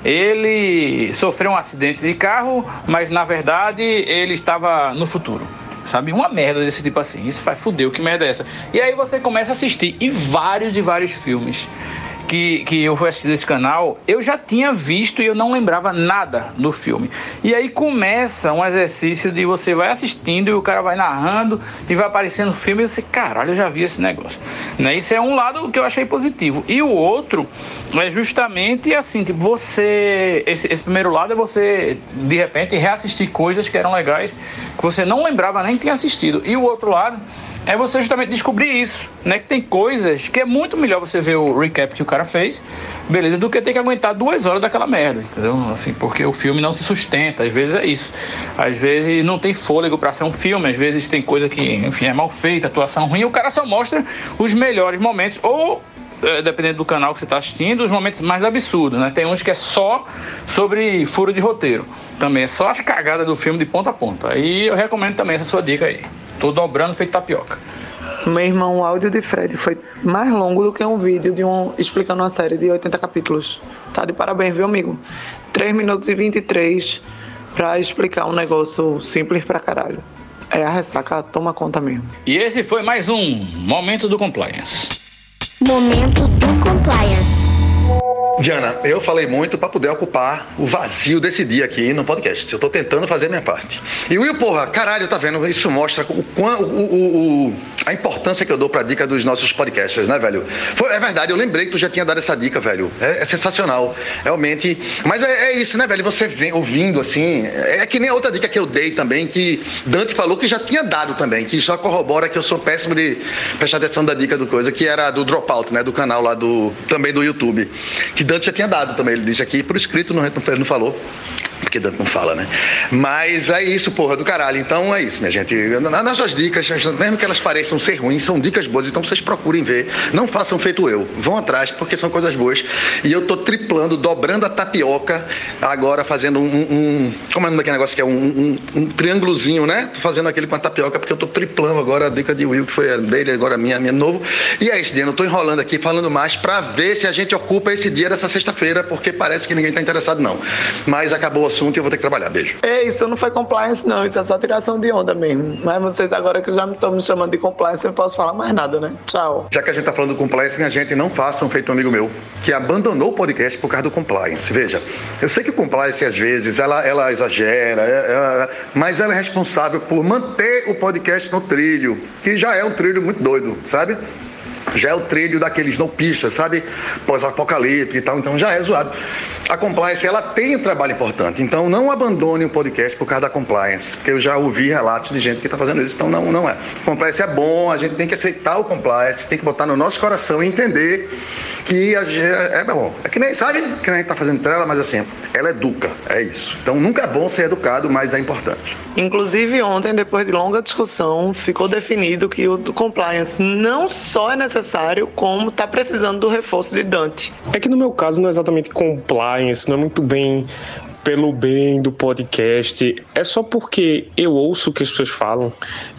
ele sofreu um acidente de carro, mas na verdade ele estava no futuro. Sabe? Uma merda desse tipo assim. Isso vai foder, que merda é essa? E aí você começa a assistir. E vários e vários filmes que, que eu fui assistir desse canal, eu já tinha visto e eu não lembrava nada do filme. E aí começa um exercício de você vai assistindo e o cara vai narrando e vai aparecendo o filme e você, caralho, eu já vi esse negócio. Né? Isso é um lado que eu achei positivo. E o outro é justamente assim, tipo, você... Esse, esse primeiro lado é você, de repente, reassistir coisas que eram legais, que você não lembrava nem tinha assistido. E o outro lado é você justamente descobrir isso, né? Que tem coisas que é muito melhor você ver o recap que o cara fez, beleza, do que ter que aguentar duas horas daquela merda, entendeu? Assim, porque o filme não se sustenta, às vezes é isso. Às vezes não tem fôlego pra ser um filme, às vezes tem coisa que, enfim, é mal feita, atuação ruim, o cara só mostra os melhores momentos, ou... dependendo do canal que você está assistindo, os momentos mais absurdos, né? Tem uns que é só sobre furo de roteiro. Também é só as cagadas do filme de ponta a ponta. Aí eu recomendo também essa sua dica aí. Tô dobrando feito tapioca. Meu irmão, o áudio de Fred foi mais longo do que um vídeo de um, explicando uma série de oitenta capítulos. Tá de parabéns, viu, amigo? três minutos e vinte e três pra explicar um negócio simples pra caralho. É a ressaca, toma conta mesmo. E esse foi mais um Momento do Compliance. Momento do Compliance. Diana, eu falei muito para poder ocupar o vazio desse dia aqui no podcast. Eu tô tentando fazer a minha parte. E o Will, porra, caralho, tá vendo? Isso mostra o, o, o, o, a importância que eu dou pra dica dos nossos podcasters, né, velho? Foi, é verdade, eu lembrei que tu já tinha dado essa dica, velho. É, é sensacional, realmente. Mas é, é isso, né, velho? Você vem ouvindo, assim... É que nem a outra dica que eu dei também, que Dante falou que já tinha dado também, que só corrobora que eu sou péssimo de prestar atenção da dica do coisa, que era do Dropout, né? Do canal lá do... também do YouTube. Que Dante já tinha dado também, ele disse aqui por escrito, não, ele não falou, porque Dante não fala, né? Mas é isso, porra, do caralho. Então é isso, minha gente. Nas nossas dicas, mesmo que elas pareçam ser ruins, são dicas boas, então vocês procurem ver. Não façam feito eu, vão atrás, porque são coisas boas. E eu tô triplando, dobrando a tapioca, agora fazendo um... um como é o nome daquele negócio que é um, um, um triângulozinho, né? Tô fazendo aquele com a tapioca, porque eu tô triplando agora a dica de Will, que foi a dele, agora a minha, a minha novo. E é isso, Diana, eu tô enrolando aqui, falando mais, pra ver se a gente ocupa esse dia dessa sexta-feira, porque parece que ninguém tá interessado, não. Mas acabou o assunto e eu vou ter que trabalhar. Beijo. É, isso não foi compliance, não. Isso é só tiração de onda mesmo. Mas vocês agora que já me estão me chamando de compliance, eu não posso falar mais nada, né? Tchau. Já que a gente tá falando do compliance, minha gente, não façam feito um amigo meu, que abandonou o podcast por causa do compliance. Veja, eu sei que o compliance, às vezes, ela, ela exagera, ela, mas ela é responsável por manter o podcast no trilho, que já é um trilho muito doido, sabe? Já é o trilho daqueles snowpistas, sabe? Pós-apocalipse e tal, então já é zoado. A compliance, ela tem um trabalho importante, então não abandone o podcast por causa da compliance, porque eu já ouvi relatos de gente que está fazendo isso, então não, não é. Compliance é bom, a gente tem que aceitar o compliance, tem que botar no nosso coração e entender que a gente, é bom. É que nem, sabe, que nem a gente está fazendo trela, mas assim, ela educa, é isso. Então nunca é bom ser educado, mas é importante. Inclusive ontem, depois de longa discussão, ficou definido que o compliance não só é necessário, como está precisando do reforço de Dante. É que no meu caso não é exatamente compliance, não é muito bem pelo bem do podcast, é só porque eu ouço o que as pessoas falam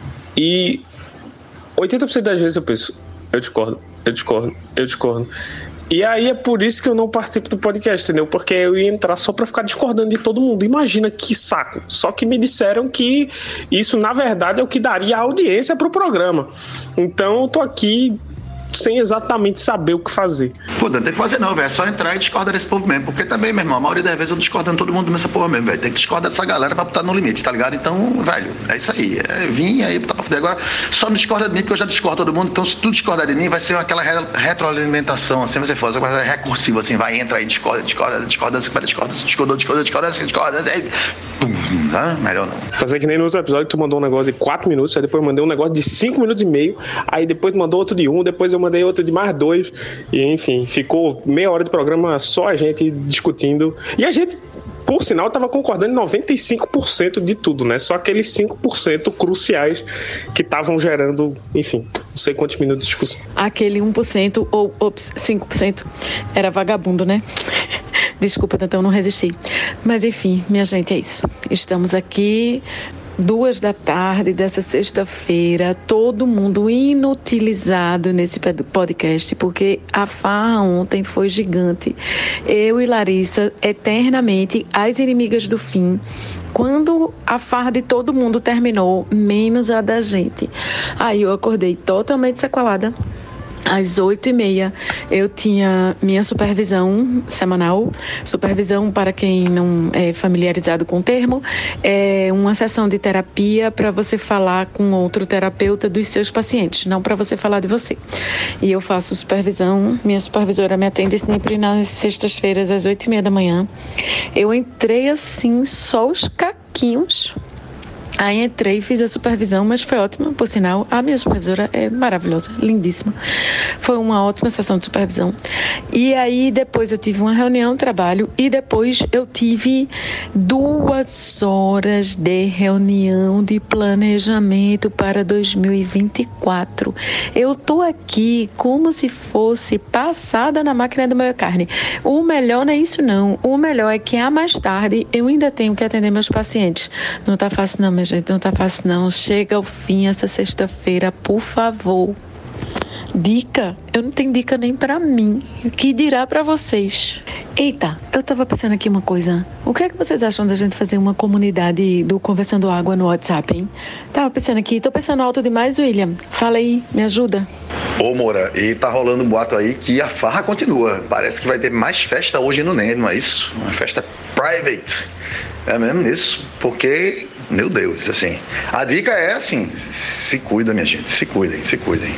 e oitenta por cento das vezes eu penso, eu discordo, eu discordo, eu discordo. E aí é por isso que eu não participo do podcast, entendeu? Porque eu ia entrar só pra ficar discordando de todo mundo. Imagina que saco. Só que me disseram que isso, na verdade, é o que daria audiência pro programa. Então eu tô aqui sem exatamente saber o que fazer. Pô, não tem que fazer não, velho. É só entrar e discordar desse povo mesmo. Porque também, meu irmão, a maioria das vezes eu discordo de todo mundo nessa porra mesmo, velho. Tem que discordar dessa galera pra botar no limite, tá ligado? Então, velho, é isso aí. É vir aí botar pra fuder. Agora, só não discorda de mim porque eu já discordo de todo mundo. Então, se tu discordar de mim, vai ser aquela re- retroalimentação, assim, vai ser foda. Vai ser recursivo, assim, vai, entra aí, discorda, discorda, discorda, discorda, discorda, discorda, discorda, discorda, discorda, discorda, ah, melhor não. Fazer que nem no outro episódio que tu mandou um negócio de quatro minutos, aí depois eu mandei um negócio de cinco minutos e meio, aí depois tu mandou outro de um, depois eu mandei outro de mais dois, e enfim, ficou meia hora de programa só a gente discutindo, e a gente, por sinal, tava concordando em noventa e cinco por cento de tudo, né? Só aqueles cinco por cento cruciais que estavam gerando, enfim, não sei quantos minutos de discussão. Aquele um por cento ou, ops, cinco por cento era vagabundo, né? Desculpa, então não resisti. Mas enfim, minha gente, é isso. Estamos aqui duas da tarde dessa sexta-feira, todo mundo inutilizado nesse podcast, porque a farra ontem foi gigante. Eu e Larissa, eternamente, as inimigas do fim. Quando a farra de todo mundo terminou, menos a da gente. Aí eu acordei totalmente sequelada. Às oito e meia eu tinha minha supervisão semanal. Supervisão, para quem não é familiarizado com o termo, é uma sessão de terapia para você falar com outro terapeuta dos seus pacientes, não para você falar de você. E eu faço supervisão, minha supervisora me atende sempre nas sextas-feiras às oito e meia da manhã. Eu entrei assim, só os caquinhos. Aí entrei, fiz a supervisão, mas foi ótima, por sinal. A minha supervisora é maravilhosa, lindíssima. Foi uma ótima sessão de supervisão. E aí depois eu tive uma reunião de trabalho e depois eu tive duas horas de reunião de planejamento para dois mil e vinte e quatro. Eu tô aqui como se fosse passada na máquina do meu carne. O melhor não é isso não. O melhor é que a mais tarde eu ainda tenho que atender meus pacientes. Não tá fácil não, minha gente, não tá fácil não. Chega ao fim essa sexta-feira, por favor. Dica? Eu não tenho dica nem pra mim. Que dirá pra vocês? Eita, eu tava pensando aqui uma coisa. O que é que vocês acham da gente fazer uma comunidade do Conversando Água no WhatsApp, hein? Tava pensando aqui, tô pensando alto demais, William. Fala aí, me ajuda. Ô, Moura, e tá rolando um boato aí que a farra continua. Parece que vai ter mais festa hoje no N E M, não é isso? Uma festa private. É mesmo isso? Porque, meu Deus, assim, a dica é assim, se cuida, minha gente, se cuidem, se cuidem.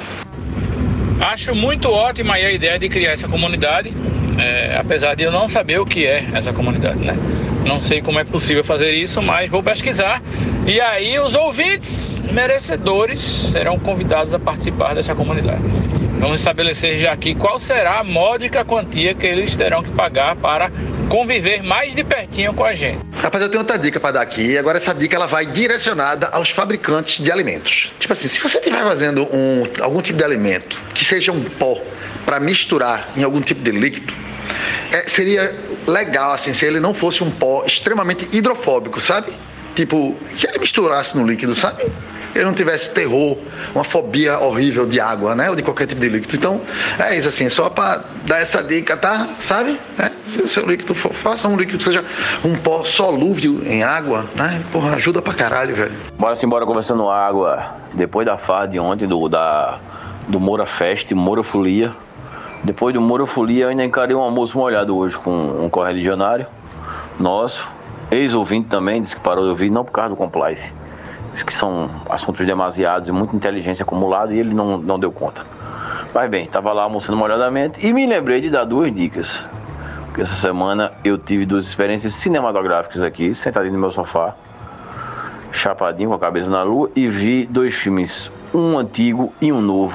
Acho muito ótima aí a ideia de criar essa comunidade, é, apesar de eu não saber o que é essa comunidade, né? Não sei como é possível fazer isso, mas vou pesquisar. E aí os ouvintes merecedores serão convidados a participar dessa comunidade. Vamos estabelecer já aqui qual será a módica quantia que eles terão que pagar para conviver mais de pertinho com a gente. Rapaz, eu tenho outra dica para dar aqui. Agora essa dica ela vai direcionada aos fabricantes de alimentos. Tipo assim, se você estiver fazendo um, algum tipo de alimento que seja um pó para misturar em algum tipo de líquido, é, seria legal assim se ele não fosse um pó extremamente hidrofóbico, sabe? Tipo, que ele misturasse no líquido, sabe? Ele não tivesse terror, uma fobia horrível de água, né? Ou de qualquer tipo de líquido. Então, é isso assim, só para dar essa dica, tá? Sabe? É, se o seu líquido for, faça um líquido que seja um pó solúvel em água, né? Porra, ajuda pra caralho, velho. Bora sim, bora conversando água. Depois da farra de ontem, do, da, do Moura Fest, Moura Folia. Depois do Moura Folia, eu ainda encarei um almoço molhado hoje com um correligionário nosso, ex-ouvinte também, disse que parou de ouvir, não por causa do compliance. Diz que são assuntos demasiados e muita inteligência acumulada e ele não, não deu conta. Mas bem, estava lá almoçando molhadamente e me lembrei de dar duas dicas. Porque essa semana eu tive duas experiências cinematográficas aqui, sentadinho no meu sofá, chapadinho com a cabeça na lua, e vi dois filmes, um antigo e um novo.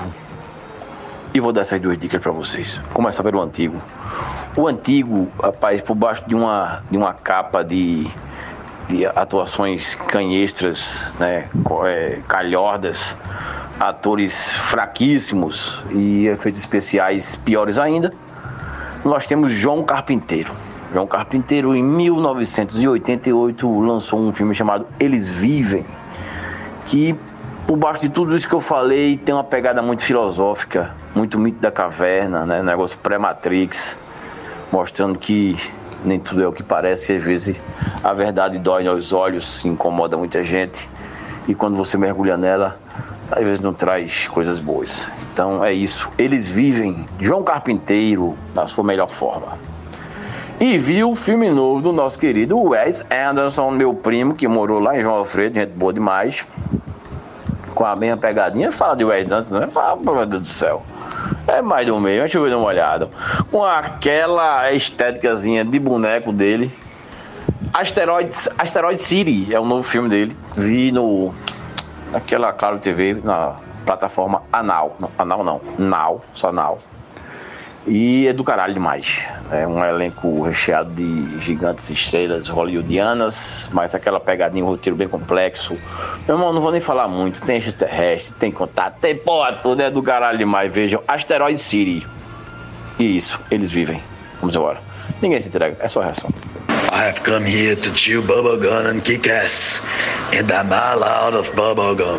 E vou dar essas duas dicas para vocês. Vou começar pelo antigo. O antigo, rapaz, por baixo de uma, de uma capa de... de atuações canhestras, né, calhordas, atores fraquíssimos e efeitos especiais piores ainda, nós temos João Carpinteiro. João Carpinteiro, em mil novecentos e oitenta e oito, lançou um filme chamado Eles Vivem, que, por baixo de tudo isso que eu falei, tem uma pegada muito filosófica, muito mito da caverna, né, negócio pré-Matrix, mostrando que nem tudo é o que parece, que às vezes a verdade dói nos olhos, incomoda muita gente, e quando você mergulha nela, às vezes não traz coisas boas. Então é isso, Eles Vivem, João Carpinteiro, na sua melhor forma. E vi o filme novo do nosso querido Wes Anderson, meu primo, que morou lá em João Alfredo, gente boa demais, com a mesma pegadinha. Fala de Wes Anderson, né? Fala, meu Deus do céu, é mais do meio, deixa eu ver uma olhada. Com aquela estéticazinha de boneco dele. Asteroids, Asteroid City é o novo filme dele. Vi no naquela Claro T V, na plataforma Anal. Não, Anal não, Now, só Now. E é do caralho demais. É um elenco recheado de gigantes estrelas hollywoodianas, mas aquela pegadinha, um roteiro bem complexo. Meu irmão, não vou nem falar muito. Tem extraterrestre, tem contato, tem porra toda, é do caralho demais. Vejam, Asteroid City. E isso, Eles Vivem. Vamos embora. Ninguém se entrega, é só reação. I have come here to chew bubblegum and kick ass. And I'm all out of bubblegum.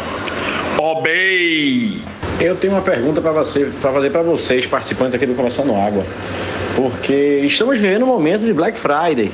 Obey! Eu tenho uma pergunta para você, para fazer para vocês, participantes aqui do Conversando Água. Porque estamos vivendo um momento de Black Friday.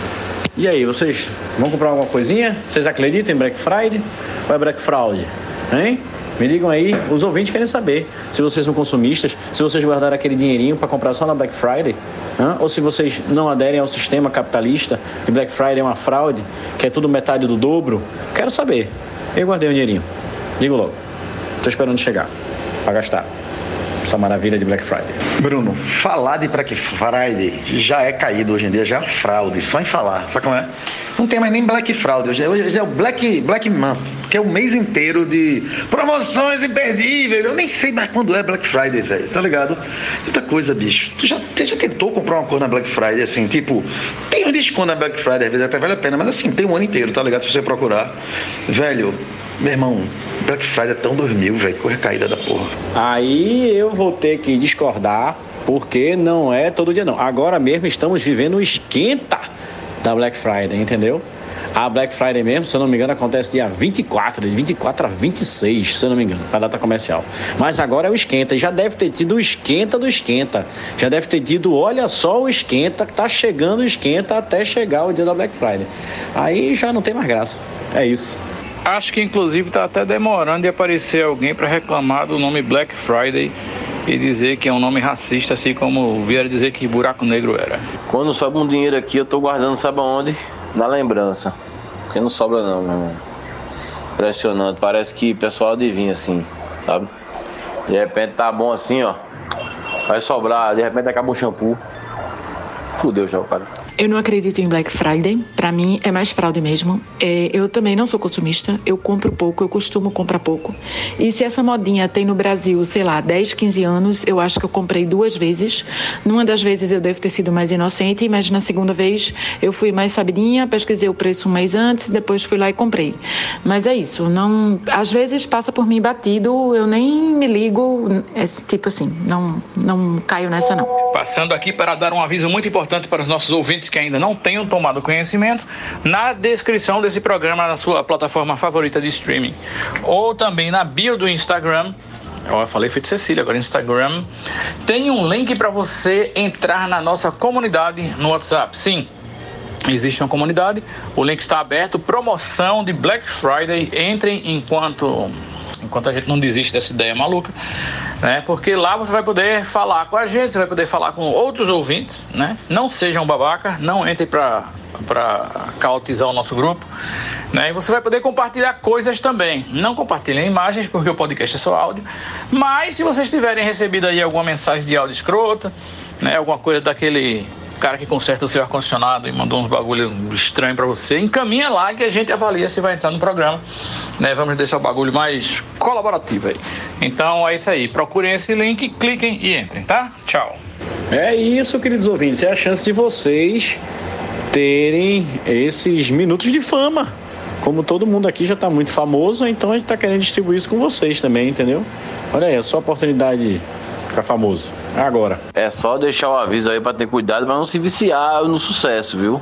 E aí, vocês vão comprar alguma coisinha? Vocês acreditam em Black Friday? Ou é Black Fraud? Hein? Me digam aí, os ouvintes querem saber se vocês são consumistas, se vocês guardaram aquele dinheirinho para comprar só na Black Friday, hein? Ou se vocês não aderem ao sistema capitalista, que Black Friday é uma fraude, que é tudo metade do dobro. Quero saber. Eu guardei um dinheirinho. Digo logo. Estou esperando chegar para gastar essa maravilha de Black Friday. Bruno, falar de Black Friday já é caído hoje em dia, já é fraude, só em falar, sabe como é? Não tem mais nem Black Friday, hoje, hoje é o Black, Black Month, que é o mês inteiro de promoções imperdíveis. Eu nem sei mais quando é Black Friday, velho, tá ligado? Outra coisa, bicho, tu já, tu já tentou comprar uma coisa na Black Friday, assim, tipo, tem um desconto na Black Friday, às vezes até vale a pena, mas assim, tem um ano inteiro, tá ligado? Se você procurar, velho, meu irmão, Black Friday é tão dois mil, velho, corre caída da porra. Aí eu vou ter que discordar, porque não é todo dia não. Agora mesmo estamos vivendo o esquenta da Black Friday, entendeu? A Black Friday mesmo, se eu não me engano, acontece dia vinte e quatro, de vinte e quatro a vinte e seis, se eu não me engano, para a data comercial. Mas agora é o esquenta, e já deve ter tido o esquenta do esquenta. Já deve ter tido, olha só o esquenta, que tá chegando o esquenta até chegar o dia da Black Friday. Aí já não tem mais graça, é isso. Acho que inclusive está até demorando de aparecer alguém para reclamar do nome Black Friday e dizer que é um nome racista, assim como vieram dizer que buraco negro era. Quando sobra um dinheiro aqui, eu tô guardando, sabe aonde? Na lembrança. Porque não sobra não, meu irmão. Impressionante, parece que o pessoal adivinha assim, sabe? De repente tá bom assim, ó. Vai sobrar, de repente acaba o shampoo. Fudeu já, cara. Eu não acredito em Black Friday, pra mim é mais fraude mesmo. É, eu também não sou consumista, eu compro pouco, eu costumo comprar pouco. E se essa modinha tem no Brasil, sei lá, dez, quinze anos, eu acho que eu comprei duas vezes. Numa das vezes eu devo ter sido mais inocente, mas na segunda vez eu fui mais sabidinha, pesquisei o preço um mês antes, depois fui lá e comprei. Mas é isso, não, às vezes passa por mim batido, eu nem me ligo, é tipo assim, não, não caio nessa não. Passando aqui para dar um aviso muito importante para os nossos ouvintes que ainda não tenham tomado conhecimento, na descrição desse programa na sua plataforma favorita de streaming ou também na bio do Instagram, eu falei feito Cecília, agora Instagram, tem um link para você entrar na nossa comunidade no WhatsApp. Sim, existe uma comunidade, o link está aberto, promoção de Black Friday, entrem enquanto... enquanto a gente não desiste dessa ideia maluca, né? Porque lá você vai poder falar com a gente, você vai poder falar com outros ouvintes, né? Não sejam babaca, não entrem para para caotizar o nosso grupo, né? E você vai poder compartilhar coisas também. Não compartilhem imagens, porque o podcast é só áudio, mas se vocês tiverem recebido aí alguma mensagem de áudio escrota, né? Alguma coisa daquele cara que conserta o seu ar-condicionado e mandou uns bagulho estranho pra você, encaminha lá que a gente avalia se vai entrar no programa, né? Vamos deixar o bagulho mais colaborativo aí. Então é isso aí, procurem esse link, cliquem e entrem, tá? Tchau. É isso, queridos ouvintes, é a chance de vocês terem esses minutos de fama. Como todo mundo aqui já tá muito famoso, então a gente tá querendo distribuir isso com vocês também, entendeu? Olha aí, é só a oportunidade ficar famoso. Agora. É só deixar o aviso aí pra ter cuidado pra não se viciar no sucesso, viu?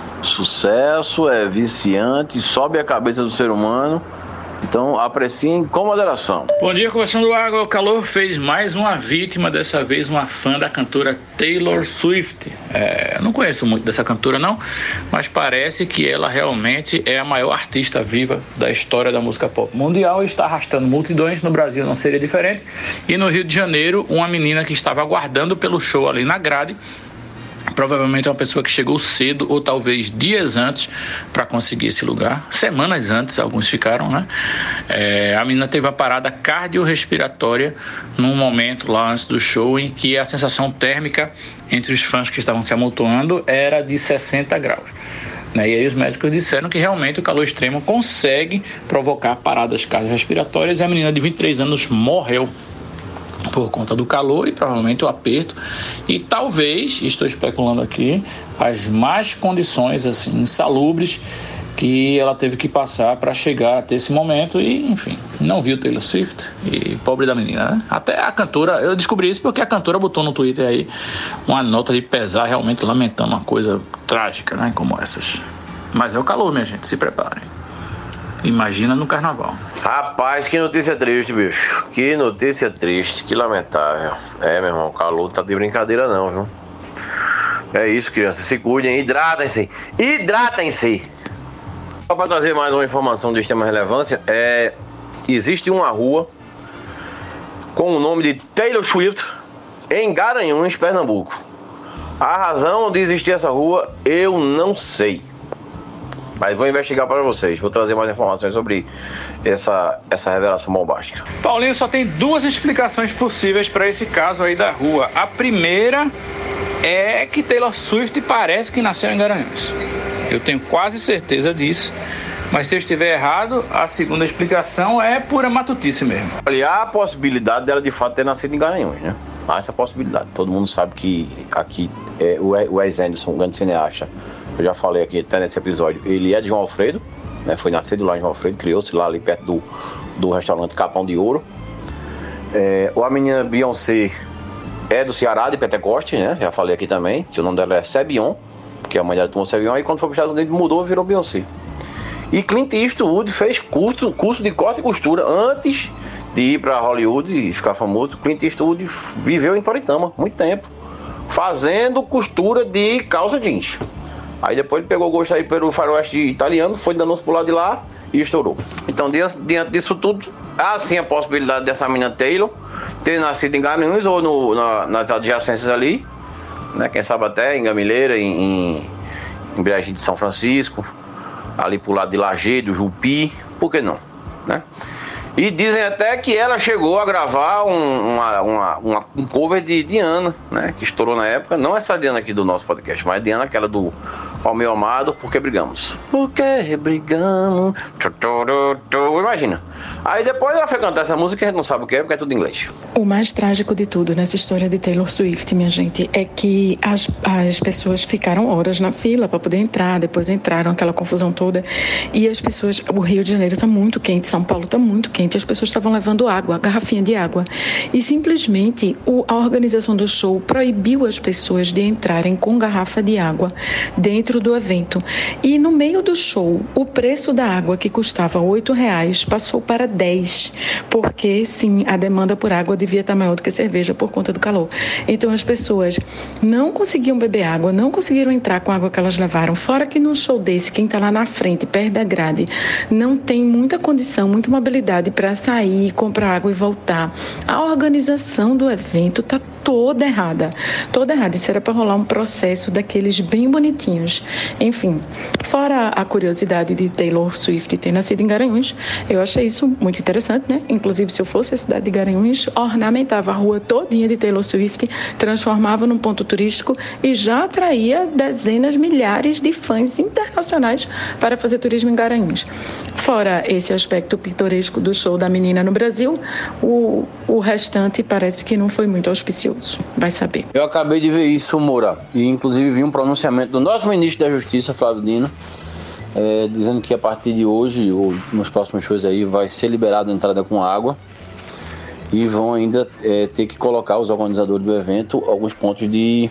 Sucesso é viciante, sobe a cabeça do ser humano. Então apreciem com moderação. Bom dia, Conversando Água. O calor fez mais uma vítima, dessa vez uma fã da cantora Taylor Swift. É, eu não conheço muito dessa cantora não, mas parece que ela realmente é a maior artista viva da história da música pop mundial e está arrastando multidões. No Brasil não seria diferente. E no Rio de Janeiro, uma menina que estava aguardando pelo show ali na grade, provavelmente é uma pessoa que chegou cedo ou talvez dias antes para conseguir esse lugar, semanas antes, alguns ficaram, né? É, a menina teve uma parada cardiorrespiratória num momento lá antes do show em que a sensação térmica entre os fãs que estavam se amontoando era de sessenta graus. Né? E aí os médicos disseram que realmente o calor extremo consegue provocar paradas cardiorrespiratórias e a menina de vinte e três anos morreu por conta do calor e provavelmente o aperto e talvez, estou especulando aqui, as más condições assim, insalubres que ela teve que passar para chegar até esse momento e, enfim, não viu Taylor Swift e pobre da menina, né? Até a cantora, eu descobri isso porque a cantora botou no Twitter aí uma nota de pesar, realmente lamentando uma coisa trágica, né? Como essas. Mas é o calor, minha gente, se preparem. Imagina no carnaval. Rapaz, que notícia triste, bicho. Que notícia triste, que lamentável. É, meu irmão, o calor tá de brincadeira não, viu? É isso, crianças, se cuidem, hidratem-se. Hidratem-se! Só para trazer mais uma informação de extrema relevância, é, existe uma rua com o nome de Taylor Swift em Garanhuns, Pernambuco. A razão de existir essa rua, eu não sei. Mas vou investigar para vocês, vou trazer mais informações sobre essa, essa revelação bombástica. Paulinho, só tem duas explicações possíveis para esse caso aí da rua. A primeira é que Taylor Swift parece que nasceu em Garanhuns. Eu tenho quase certeza disso. Mas se eu estiver errado, a segunda explicação é pura matutice mesmo. Olha, há a possibilidade dela de fato ter nascido em Garanhuns, né? Há essa possibilidade. Todo mundo sabe que aqui é, o Wes Anderson, um grande cineasta, eu já falei aqui até nesse episódio, ele é de João Alfredo, né? Foi nascido lá em João Alfredo, criou-se lá ali perto do, do restaurante Capão de Ouro. É, a menina Beyoncé é do Ceará, de Pentecoste, né? Já falei aqui também, que o nome dela é Sebion, porque a mãe dela tomou Sebion, e quando foi para os Estados Unidos mudou e virou Beyoncé. E Clint Eastwood fez curso, curso de corte e costura antes de ir para Hollywood e ficar famoso. Clint Eastwood viveu em Toritama muito tempo, fazendo costura de calça jeans. Aí depois ele pegou gosto aí pelo faroeste italiano, foi dando por lado de lá e estourou. Então, diante, diante disso tudo, há sim a possibilidade dessa menina Taylor ter nascido em Garanhuns ou no, na, nas adjacências ali, né? Quem sabe até em Gamileira, em, em, em Brejinho de São Francisco, ali pro lado de Lajeado, Jupi, por que não, né? E dizem até que ela chegou a gravar um, uma, uma, uma, um cover de Diana, né? Que estourou na época. Não essa Diana aqui do nosso podcast, mas Diana, aquela do Ó Meu Amado, Porque Brigamos. Porque brigamos. Imagina. Aí depois ela foi cantar essa música que a gente não sabe o que é, porque é tudo em inglês. O mais trágico de tudo nessa história de Taylor Swift, minha gente, é que as, as pessoas ficaram horas na fila para poder entrar, depois entraram, aquela confusão toda. E as pessoas, o Rio de Janeiro está muito quente, São Paulo está muito quente, as pessoas estavam levando água, garrafinha de água. E simplesmente o, a organização do show proibiu as pessoas de entrarem com garrafa de água dentro do evento. E no meio do show, o preço da água, que custava oito reais, passou para dez, porque sim, a demanda por água devia estar maior do que cerveja por conta do calor. Então as pessoas não conseguiam beber água, não conseguiram entrar com a água que elas levaram, fora que num show desse, quem está lá na frente, perto da grade, não tem muita condição, muita mobilidade para sair, comprar água e voltar. A organização do evento está toda errada, toda errada. Isso era para rolar um processo daqueles bem bonitinhos. Enfim, fora a curiosidade de Taylor Swift ter nascido em Garanhuns, eu achei isso muito interessante, né? Inclusive, se eu fosse a cidade de Garanhuns, ornamentava a rua todinha de Taylor Swift, transformava num ponto turístico e já atraía dezenas, milhares de fãs internacionais para fazer turismo em Garanhuns. Fora esse aspecto pitoresco do show da menina no Brasil, o, o restante parece que não foi muito auspicioso. Vai saber. Eu acabei de ver isso, Moura, e inclusive vi um pronunciamento do nosso ministro da Justiça, Flávio Dino, é, dizendo que a partir de hoje, ou nos próximos shows aí, vai ser liberada a entrada com água e vão ainda é, ter que colocar os organizadores do evento alguns pontos de,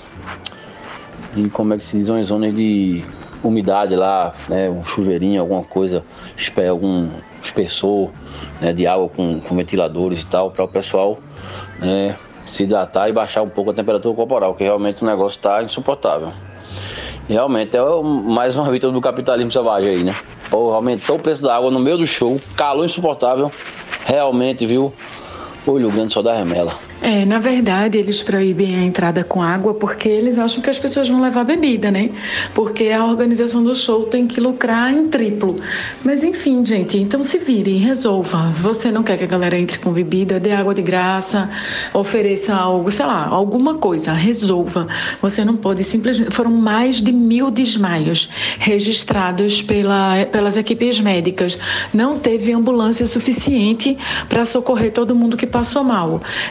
de como é que se diz, umas zonas de umidade lá, né, um chuveirinho, alguma coisa, algum espessor, né, de água com, com ventiladores e tal, para o pessoal, né, se hidratar e baixar um pouco a temperatura corporal, que realmente o negócio está insuportável. Realmente é mais uma vítima do capitalismo selvagem aí, né? Pô, aumentou o preço da água no meio do show, calor insuportável, realmente, viu? Olho grande só dá remela. É, na verdade, eles proíbem a entrada com água porque eles acham que as pessoas vão levar bebida, né? Porque a organização do show tem que lucrar em triplo. Mas enfim, gente, então se virem, resolva. Você não quer que a galera entre com bebida, dê água de graça, ofereça algo, sei lá, alguma coisa, resolva. Você não pode simplesmente... Foram mais de mil desmaios registrados pela, pelas equipes médicas. Não teve ambulância suficiente para socorrer todo mundo que passou mal. Sabe?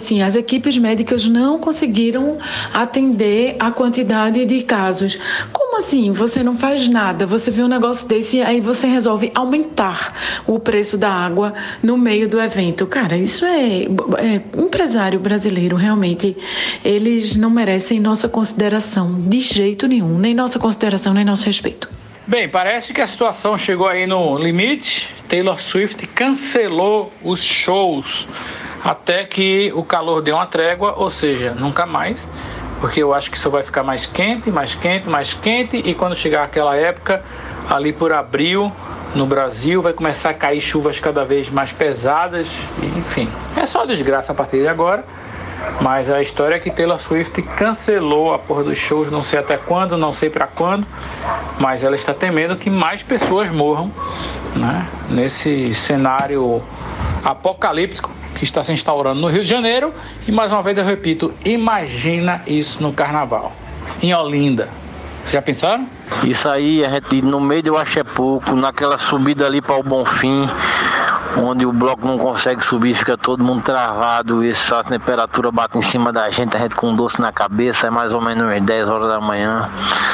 assim, as equipes médicas não conseguiram atender a quantidade de casos. Como assim? Você não faz nada, você vê um negócio desse e aí você resolve aumentar o preço da água no meio do evento. Cara, isso é, é empresário brasileiro, realmente, eles não merecem nossa consideração de jeito nenhum, nem nossa consideração, nem nosso respeito. Bem, parece que a situação chegou aí no limite. Taylor Swift cancelou os shows até que o calor dê uma trégua, ou seja, nunca mais, porque eu acho que isso vai ficar mais quente, mais quente, mais quente, e quando chegar aquela época, ali por abril, no Brasil, vai começar a cair chuvas cada vez mais pesadas, enfim, é só desgraça a partir de agora. Mas a história é que Taylor Swift cancelou a porra dos shows, não sei até quando, não sei pra quando, mas ela está temendo que mais pessoas morram, né, nesse cenário apocalíptico que está se instaurando no Rio de Janeiro. E mais uma vez eu repito, imagina isso no carnaval, em Olinda. Vocês já pensaram? Isso aí, a gente no meio do Axé-Pouco, naquela subida ali para o Bonfim, onde o bloco não consegue subir, fica todo mundo travado, e essa temperatura bate em cima da gente, a gente com um doce na cabeça, é mais ou menos umas dez horas da manhã.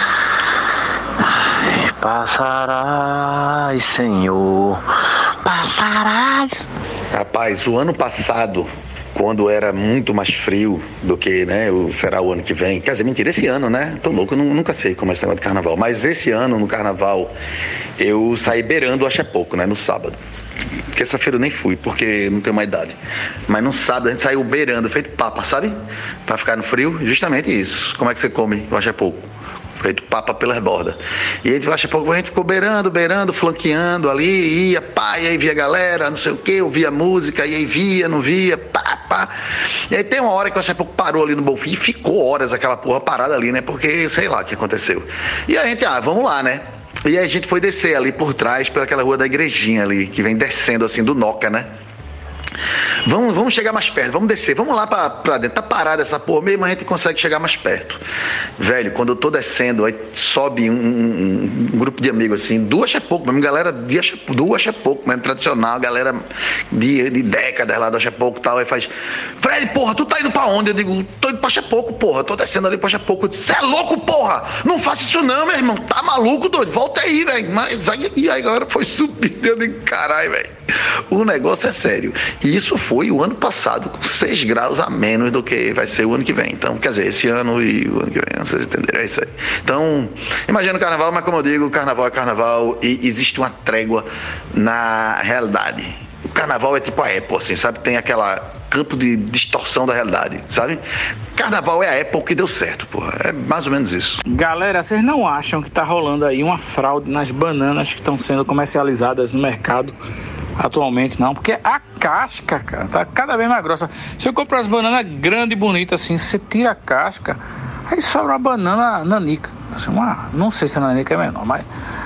Ai, passarás, Senhor, passarás. Rapaz, o ano passado, quando era muito mais frio do que, né, o, será o ano que vem. Quer dizer, mentira, esse ano, né? Tô louco, eu nunca sei como é esse negócio de carnaval. Mas esse ano, no carnaval, eu saí beirando o Axé-Pouco, né, no sábado. Terça-feira eu nem fui, porque não tenho mais idade. Mas no sábado a gente saiu beirando, feito papa, sabe? Pra ficar no frio, justamente isso. Como é que você come o Axé-Pouco? Feito papa pelas bordas. E aí, acho que a gente ficou beirando, beirando, flanqueando ali, ia, pá, e aí via a galera, não sei o que, ouvia música, e aí via, não via, pá, pá. E aí tem uma hora que o Axé-Pouco parou ali no Bonfim e ficou horas aquela porra parada ali, né? Porque sei lá o que aconteceu. E a gente, ah, vamos lá, né? E aí a gente foi descer ali por trás, pelaquela rua da Igrejinha ali, que vem descendo assim do Noca, né? Vamos, vamos chegar mais perto, vamos descer, vamos lá pra, pra dentro. Tá parada essa porra mesmo, a gente consegue chegar mais perto. Velho, quando eu tô descendo, aí sobe um, um, um grupo de amigos assim, do Axé-Pouco mesmo, galera de Axé, do Axé-Pouco mesmo, tradicional, galera de, de décadas lá do Axé-Pouco e tal. Aí faz: Fred, porra, tu tá indo pra onde? Eu digo: tô indo pra Axé-Pouco, porra, tô descendo ali pra Axé-Pouco. Você é louco, porra? Não faça isso não, meu irmão, tá maluco, doido? Volta aí, velho. Mas aí, e aí a galera foi subindo, eu digo: caralho, velho, o negócio é sério. E isso foi o ano passado, com seis graus a menos do que vai ser o ano que vem. Então, quer dizer, esse ano e o ano que vem, vocês entenderam, é isso aí. Então, imagina o carnaval, mas como eu digo, carnaval é carnaval e existe uma trégua na realidade. O carnaval é tipo a Apple, assim, sabe? Tem aquela campo de distorção da realidade, sabe? Carnaval é a Apple que deu certo, porra. É mais ou menos isso. Galera, vocês não acham que tá rolando aí uma fraude nas bananas que estão sendo comercializadas no mercado atualmente? Não, porque a casca, cara, tá cada vez mais grossa. Se eu comprar as bananas grandes e bonitas assim, você tira a casca, aí sobra uma banana nanica. Assim, uma, não sei se a nanica é menor, mas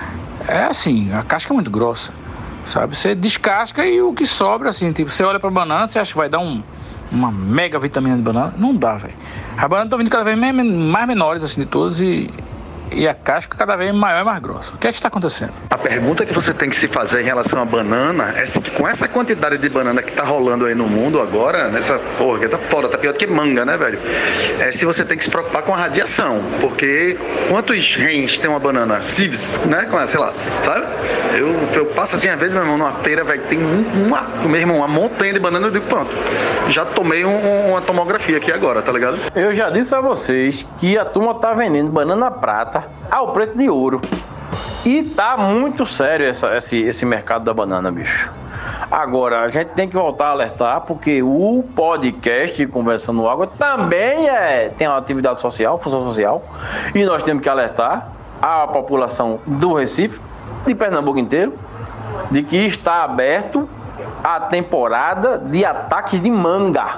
é assim, a casca é muito grossa, sabe? Você descasca e o que sobra, assim, tipo, você olha pra banana, você acha que vai dar um, uma mega vitamina de banana? Não dá, velho. As bananas estão vindo cada vez mais, mais menores, assim, de todas, e e a casca cada vez maior e mais grossa. O que é que está acontecendo? A pergunta que você tem que se fazer em relação à banana é se com essa quantidade de banana que tá rolando aí no mundo agora, nessa porra, que tá foda, tá pior do que manga, né, velho? É se você tem que se preocupar com a radiação, porque quantos rens tem uma banana? Cives, né? Sei lá, sabe? Eu, eu passo assim, às vezes, meu irmão, numa feira, velho, tem uma, mesmo, uma montanha de banana, eu digo, pronto, já tomei um, uma tomografia aqui agora, tá ligado? Eu já disse a vocês que a turma tá vendendo banana prata ao preço de ouro. E tá muito sério essa, esse, esse mercado da banana, bicho. Agora, a gente tem que voltar a alertar, porque o podcast Conversando Água também é, tem uma atividade social, função social, e nós temos que alertar a população do Recife, de Pernambuco inteiro, de que está aberto a temporada de ataques de manga.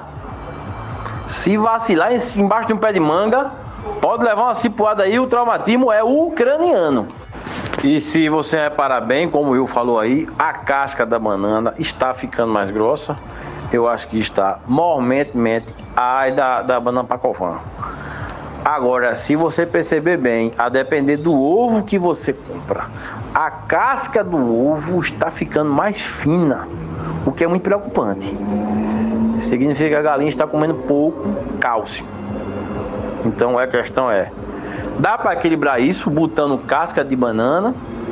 Se vacilar embaixo de um pé de manga, pode levar uma cipuada aí, o traumatismo é ucraniano. E se você reparar bem, como o Will falou aí, a casca da banana está ficando mais grossa. Eu acho que está mormentemente ai da, da banana pacofã. Agora, se você perceber bem, a depender do ovo que você compra, a casca do ovo está ficando mais fina, o que é muito preocupante. significa que a galinha está comendo pouco cálcio. Então a questão é, dá para equilibrar isso botando casca de banana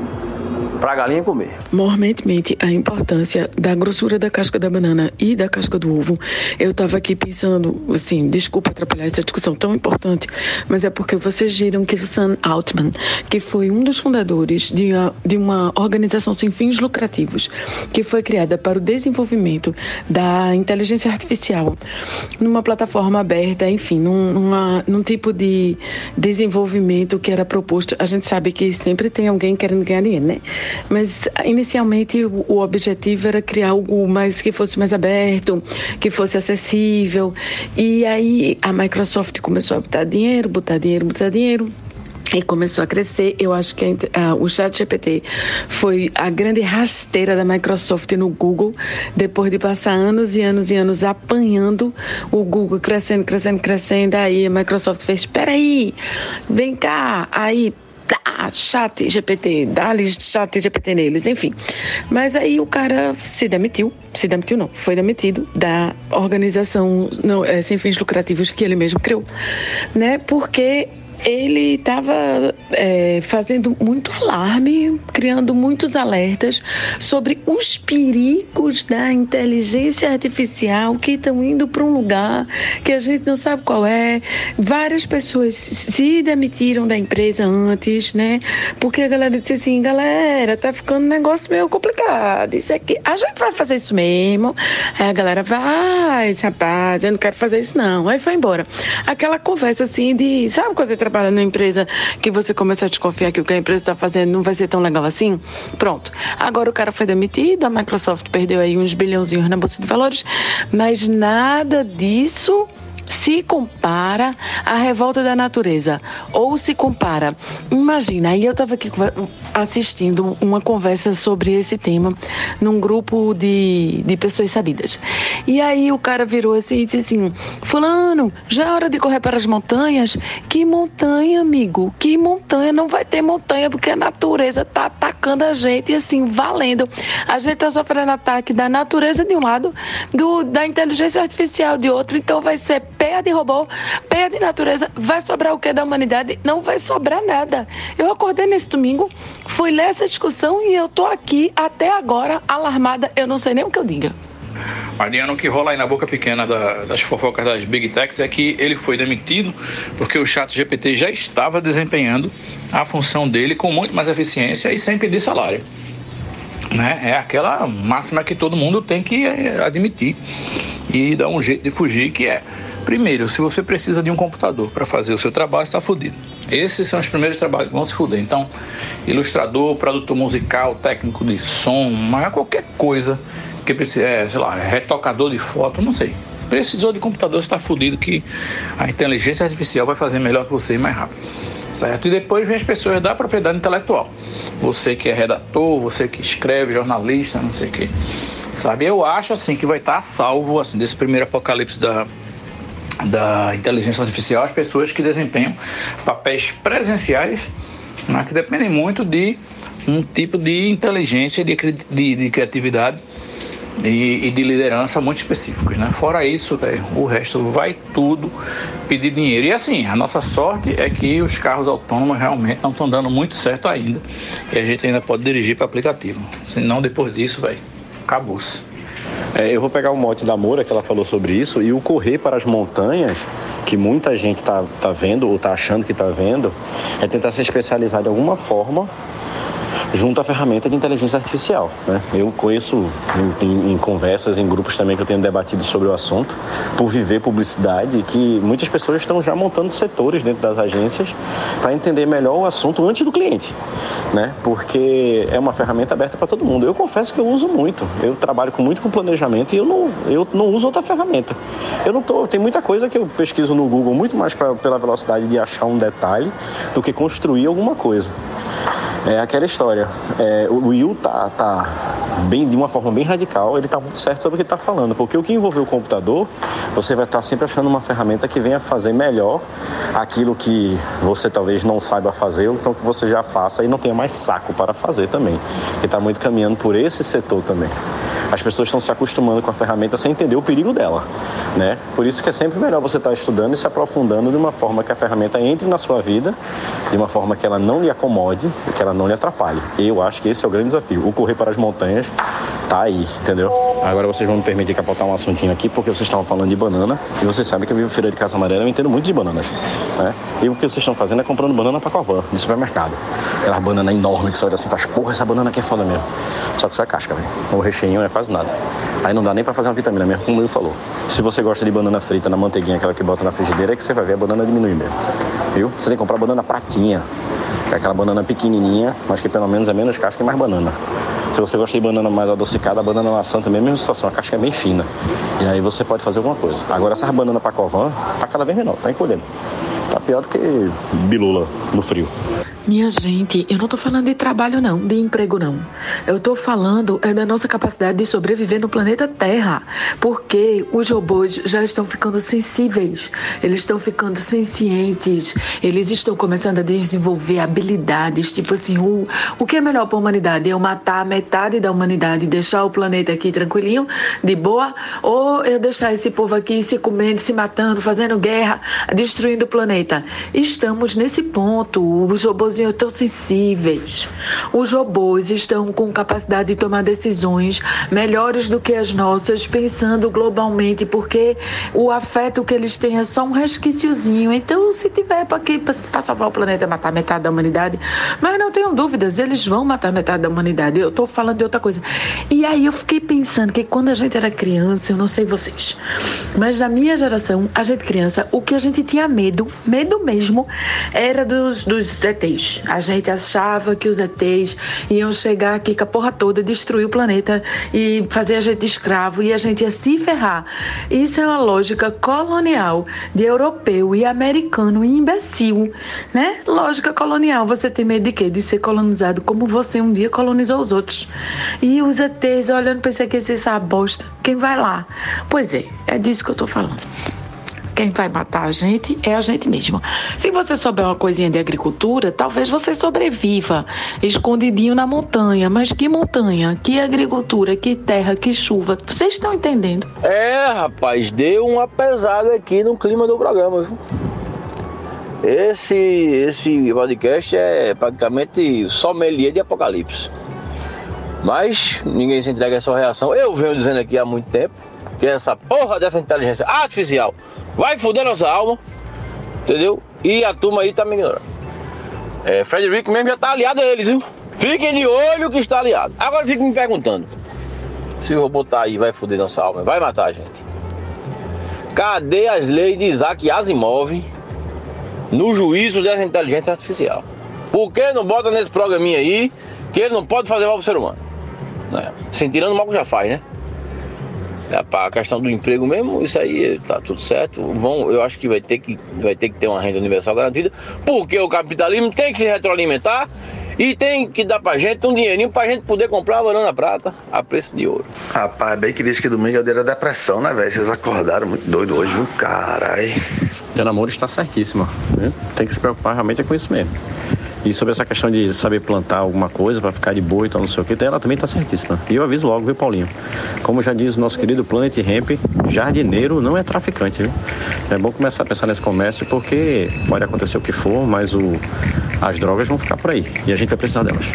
para a galinha comer. Mormentemente, a importância da grossura da casca da banana e da casca do ovo. Eu estava aqui pensando, assim, desculpa atrapalhar essa discussão tão importante, mas é porque vocês viram que o Sam Altman, que foi um dos fundadores de uma, de uma organização sem fins lucrativos, que foi criada para o desenvolvimento da inteligência artificial, numa plataforma aberta, enfim, num, numa, num tipo de desenvolvimento que era proposto. A gente sabe que sempre tem alguém querendo ganhar dinheiro, né? Mas inicialmente o, o objetivo era criar algo mais que fosse mais aberto, que fosse acessível. E aí a Microsoft começou a botar dinheiro, botar dinheiro, botar dinheiro. E começou a crescer. Eu acho que a, a, o ChatGPT foi a grande rasteira da Microsoft no Google, depois de passar anos e anos e anos apanhando o Google, crescendo, crescendo, crescendo. Aí a Microsoft fez, espera aí, vem cá, aí dá chat G P T, dá-lhe chat G P T neles, enfim. Mas aí o cara se demitiu, se demitiu não, foi demitido da organização não, é, sem fins lucrativos que ele mesmo criou, né? Porque ele estava é, fazendo muito alarme, criando muitos alertas sobre os perigos da inteligência artificial que estão indo para um lugar que a gente não sabe qual é. Várias pessoas se demitiram da empresa antes, né? Porque a galera disse assim, galera, tá ficando um negócio meio complicado. Isso aqui, a gente vai fazer isso mesmo. Aí a galera vai, rapaz, eu não quero fazer isso não. Aí foi embora. Aquela conversa assim de, sabe quando você trabalha na empresa que você começa a desconfiar que o que a empresa está fazendo não vai ser tão legal assim? Pronto. Agora o cara foi demitido, a Microsoft perdeu aí uns bilhãozinhos na Bolsa de Valores, mas nada disso se compara à revolta da natureza, ou se compara, imagina, aí eu estava aqui assistindo uma conversa sobre esse tema num grupo de, de pessoas sabidas, e aí o cara virou assim e disse assim, fulano, já é hora de correr para as montanhas? Que montanha, amigo? Que montanha? Não vai ter montanha porque a natureza tá atacando a gente e assim, valendo, a gente tá sofrendo ataque da natureza de um lado, do, da inteligência artificial de outro, então vai ser pé de robô, pé de natureza, vai sobrar o que da humanidade? Não vai sobrar nada. Eu acordei nesse domingo, fui ler essa discussão e eu tô aqui até agora alarmada, eu não sei nem o que eu diga. Mariano, o que rola aí na boca pequena da, das fofocas das Big Techs é que ele foi demitido porque o chat G P T já estava desempenhando a função dele com muito mais eficiência e sem pedir salário. Né? É aquela máxima que todo mundo tem que admitir e dar um jeito de fugir, que é, primeiro, se você precisa de um computador para fazer o seu trabalho, está fudido. Esses são os primeiros trabalhos que vão se fuder. Então, ilustrador, produtor musical, técnico de som, mas qualquer coisa que precisa, é, sei lá, retocador de foto, não sei. Precisou de computador, está fudido, que a inteligência artificial vai fazer melhor que você e mais rápido. Certo? E depois vem as pessoas da propriedade intelectual. Você que é redator, você que escreve, jornalista, não sei o quê. Sabe? Eu acho assim que vai estar a salvo assim, desse primeiro apocalipse da, da inteligência artificial as pessoas que desempenham papéis presenciais, né, que dependem muito de um tipo de inteligência, de, de, de criatividade e, e de liderança muito específicos, né? Fora isso, véio, o resto vai tudo pedir dinheiro. E assim, a nossa sorte é que os carros autônomos realmente não estão dando muito certo ainda e a gente ainda pode dirigir para aplicativo. Senão, depois disso, vai, acabou-se. É, eu vou pegar o mote da Moura, que ela falou sobre isso, e o correr para as montanhas, que muita gente está tá vendo ou está achando que está vendo, é tentar se especializar de alguma forma junto à ferramenta de inteligência artificial, né? Eu conheço em, em, em conversas, em grupos também que eu tenho debatido sobre o assunto, por viver publicidade, que muitas pessoas estão já montando setores dentro das agências para entender melhor o assunto antes do cliente, né? Porque é uma ferramenta aberta para todo mundo. Eu confesso que eu uso muito, eu trabalho com muito com planejamento e eu não, eu não uso outra ferramenta. Eu não tô, tem muita coisa que eu pesquiso no Google muito mais pra, pela velocidade de achar um detalhe do que construir alguma coisa. É aquela história, é, o Will tá, tá bem, de uma forma bem radical, ele tá muito certo sobre o que ele tá falando, porque o que envolveu o computador, você vai estar sempre achando uma ferramenta que venha fazer melhor aquilo que você talvez não saiba fazer, ou então que você já faça e não tenha mais saco para fazer também, e tá muito caminhando por esse setor também. as pessoas estão se acostumando com a ferramenta sem entender o perigo dela, né? Por isso que é sempre melhor você estar estudando e se aprofundando de uma forma que a ferramenta entre na sua vida, de uma forma que ela não lhe acomode e que ela não lhe atrapalhe. E eu acho que esse é o grande desafio. O correr para as montanhas tá aí, entendeu? Agora vocês vão me permitir capotar um assuntinho aqui, porque vocês estavam falando de banana, e vocês sabem que eu vivo feira de Casa Amarela, eu entendo muito de bananas, né? E o que vocês estão fazendo é comprando banana para Covan, de supermercado. Aquela banana enorme que você olha assim e faz, porra, essa banana aqui é foda mesmo. Só que isso é casca, velho. O recheinho é quase nada. Aí não dá nem pra fazer uma vitamina mesmo, como o Will falou. Se você gosta de banana frita na manteiguinha, aquela que bota na frigideira, é que você vai ver a banana diminuir mesmo. Viu? Você tem que comprar banana pratinha, que é aquela banana pequenininha, mas que pelo menos é menos casca e mais banana. Se você gosta de banana mais adocicada, a banana maçã também é a mesma situação, a casca é bem fina. E aí você pode fazer alguma coisa. Agora essas bananas pra Covan, tá cada vez menor, tá encolhendo. Tá pior do que bilula no frio. Minha gente, eu não tô falando de trabalho não, de emprego não. Eu tô falando é da nossa capacidade de sobreviver no planeta Terra. Porque os robôs já estão ficando sensíveis, eles estão ficando sencientes, eles estão começando a desenvolver habilidades, tipo assim, o, o que é melhor para a humanidade? Eu matar a metade da humanidade e deixar o planeta aqui tranquilinho, de boa? Ou eu deixar esse povo aqui se comendo, se matando, fazendo guerra, destruindo o planeta? Estamos nesse ponto, os robôs estão sensíveis. Os robôs estão com capacidade de tomar decisões melhores do que as nossas, pensando globalmente, porque o afeto que eles têm é só um resquiciozinho. Então, se tiver para salvar o planeta, matar metade da humanidade, mas não tenham dúvidas, eles vão matar metade da humanidade. Eu estou falando de outra coisa. E aí eu fiquei pensando que quando a gente era criança, eu não sei vocês, mas na minha geração, a gente criança, o que a gente tinha medo, medo mesmo, era dos, dos E Tês. A gente achava que os E Tês iam chegar aqui com a porra toda, destruir o planeta e fazer a gente escravo e a gente ia se ferrar. Isso é uma lógica colonial de europeu e americano e imbecil, né? Lógica colonial. Você tem medo de quê? De ser colonizado como você um dia colonizou os outros. E os E Tês olhando para isso aqui, essa bosta. Quem vai lá? Pois é, é disso que eu tô falando. Quem vai matar a gente é a gente mesmo. Se você souber uma coisinha de agricultura, talvez você sobreviva escondidinho na montanha. Mas que montanha? Que agricultura? Que terra? Que chuva? Vocês estão entendendo? É, rapaz, deu uma pesada aqui no clima do programa, viu? Esse, esse podcast é praticamente sommelier de apocalipse. Mas ninguém se entrega a essa reação. Eu venho dizendo aqui há muito tempo que essa porra dessa inteligência artificial vai foder nossa alma, entendeu? E a turma aí tá me ignorando. É, Frederico mesmo já tá aliado a eles, viu? Fiquem de olho que está aliado. Agora fiquem me perguntando, se o robô tá aí, vai foder nossa alma, vai matar a gente. Cadê as leis de Isaac Asimov no juízo dessa inteligência artificial? Por que não bota nesse programinha aí que ele não pode fazer mal pro ser humano? É, se tirando o mal que já faz, né? A questão do emprego mesmo, isso aí tá tudo certo. Vão, eu acho que vai ter que, vai ter que ter uma renda universal garantida, porque o capitalismo tem que se retroalimentar e tem que dar pra gente um dinheirinho pra gente poder comprar a banana prata a preço de ouro. Rapaz, bem que disse que domingo é o dia da depressão, né, velho? Vocês acordaram muito doido hoje, viu? Caralho. Diana Moura está certíssima, né? Tem que se preocupar realmente é com isso mesmo. E sobre essa questão de saber plantar alguma coisa para ficar de boa e tal, não sei o que, ela também está certíssima. E eu aviso logo, viu, Paulinho? Como já diz o nosso querido Planet Hemp, jardineiro não é traficante, viu? É bom começar a pensar nesse comércio, porque pode acontecer o que for, mas o, as drogas vão ficar por aí. E a gente vai precisar delas.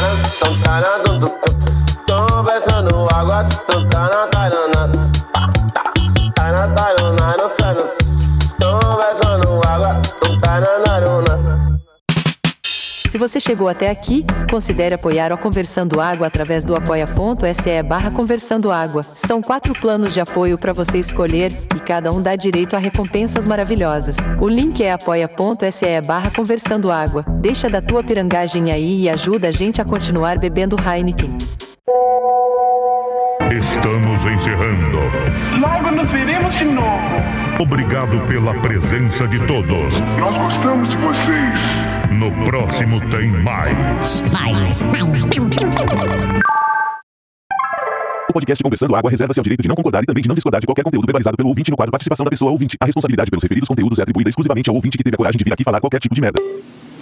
Se você chegou até aqui, considere apoiar o Conversando Água através do apoia.se barra Conversando Água. São quatro planos de apoio para você escolher e cada um dá direito a recompensas maravilhosas. O link é apoia.se barra Conversando Água. Deixa da tua pirangagem aí e ajuda a gente a continuar bebendo Heineken. Estamos encerrando. Logo nos veremos de novo. Obrigado pela presença de todos. Nós gostamos de vocês. No próximo tem mais. Mais. O podcast Conversando Água reserva-se ao direito de não concordar e também de não discordar de qualquer conteúdo verbalizado pelo ouvinte no quadro Participação da Pessoa Ouvinte. A responsabilidade pelos referidos conteúdos é atribuída exclusivamente ao ouvinte que teve a coragem de vir aqui falar qualquer tipo de merda.